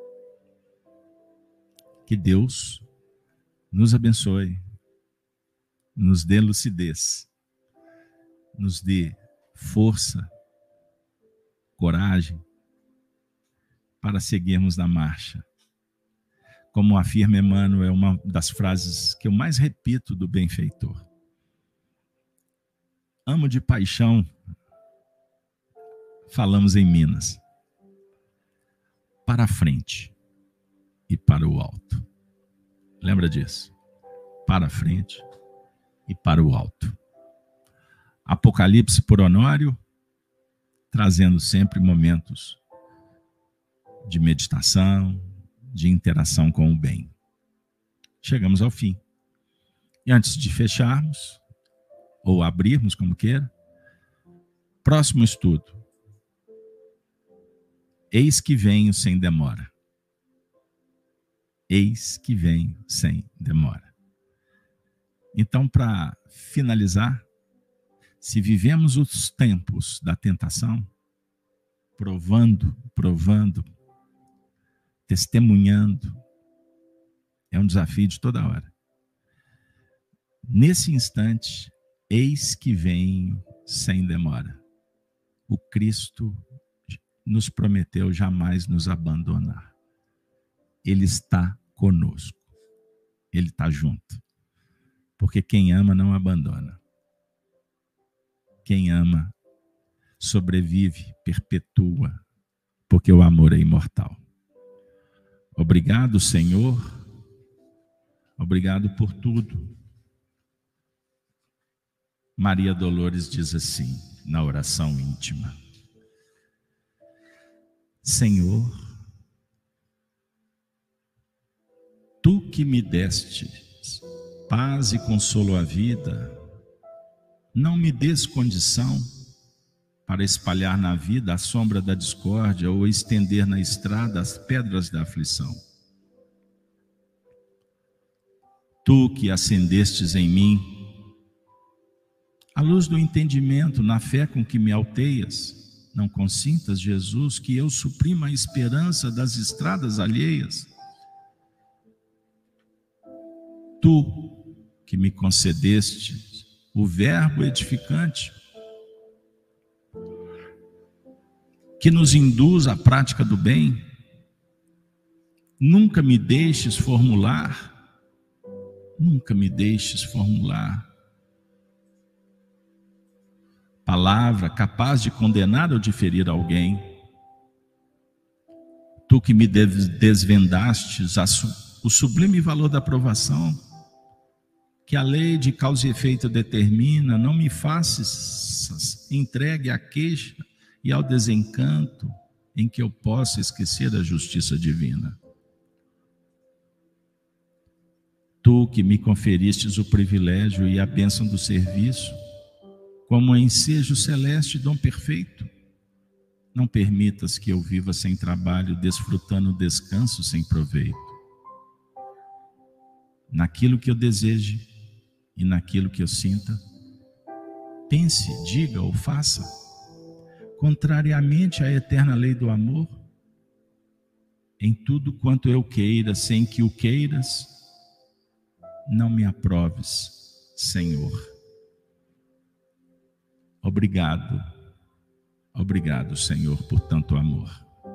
Que Deus nos abençoe, nos dê lucidez, nos dê força, coragem para seguirmos na marcha. Como afirma Emmanuel, é uma das frases que eu mais repito do benfeitor. Amo de paixão, falamos em Minas. Para a frente e para o alto. Lembra disso? Para a frente e para o alto. Apocalipse por Honório, trazendo sempre momentos de meditação, de interação com o bem. Chegamos ao fim. E antes de fecharmos, ou abrirmos, como queira, próximo estudo. Eis que venho sem demora. Eis que venho sem demora. Então, para finalizar, se vivemos os tempos da tentação, provando, testemunhando, é um desafio de toda hora. Nesse instante, eis que venho sem demora. O Cristo nos prometeu jamais nos abandonar. Ele está conosco. Ele está junto. Porque quem ama não abandona. Quem ama sobrevive, perpetua, porque o amor é imortal. Obrigado, Senhor. Obrigado por tudo. Maria Dolores diz assim, na oração íntima: Senhor, tu que me deste paz e consolo à vida, não me des condição para espalhar na vida a sombra da discórdia ou estender na estrada as pedras da aflição. Tu que acendestes em mim a luz do entendimento, na fé com que me alteias, não consintas, Jesus, que eu suprima a esperança das estradas alheias. Tu que me concedeste o verbo edificante, que nos induz à prática do bem, nunca me deixes formular palavra capaz de condenar ou de ferir alguém. Tu que me desvendastes o sublime valor da provação, que a lei de causa e efeito determina, não me faças entregue à queixa e ao desencanto em que eu possa esquecer a justiça divina. Tu que me conferistes o privilégio e a bênção do serviço, como ensejo celeste dom perfeito, não permitas que eu viva sem trabalho, desfrutando o descanso sem proveito. Naquilo que eu deseje e naquilo que eu sinta, pense, diga ou faça, contrariamente à eterna lei do amor, em tudo quanto eu queira, sem que o queiras, não me aproves, Senhor. Obrigado, Senhor, por tanto amor.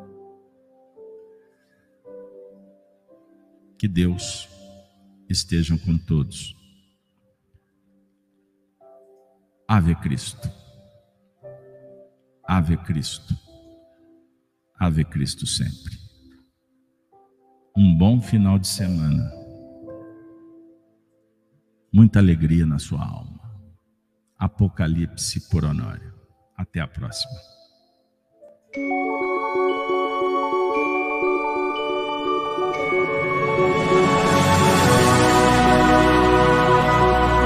Que Deus esteja com todos. Ave Cristo. Ave Cristo. Ave Cristo sempre. Um bom final de semana. Muita alegria na sua alma. Apocalipse por Honório. Até a próxima.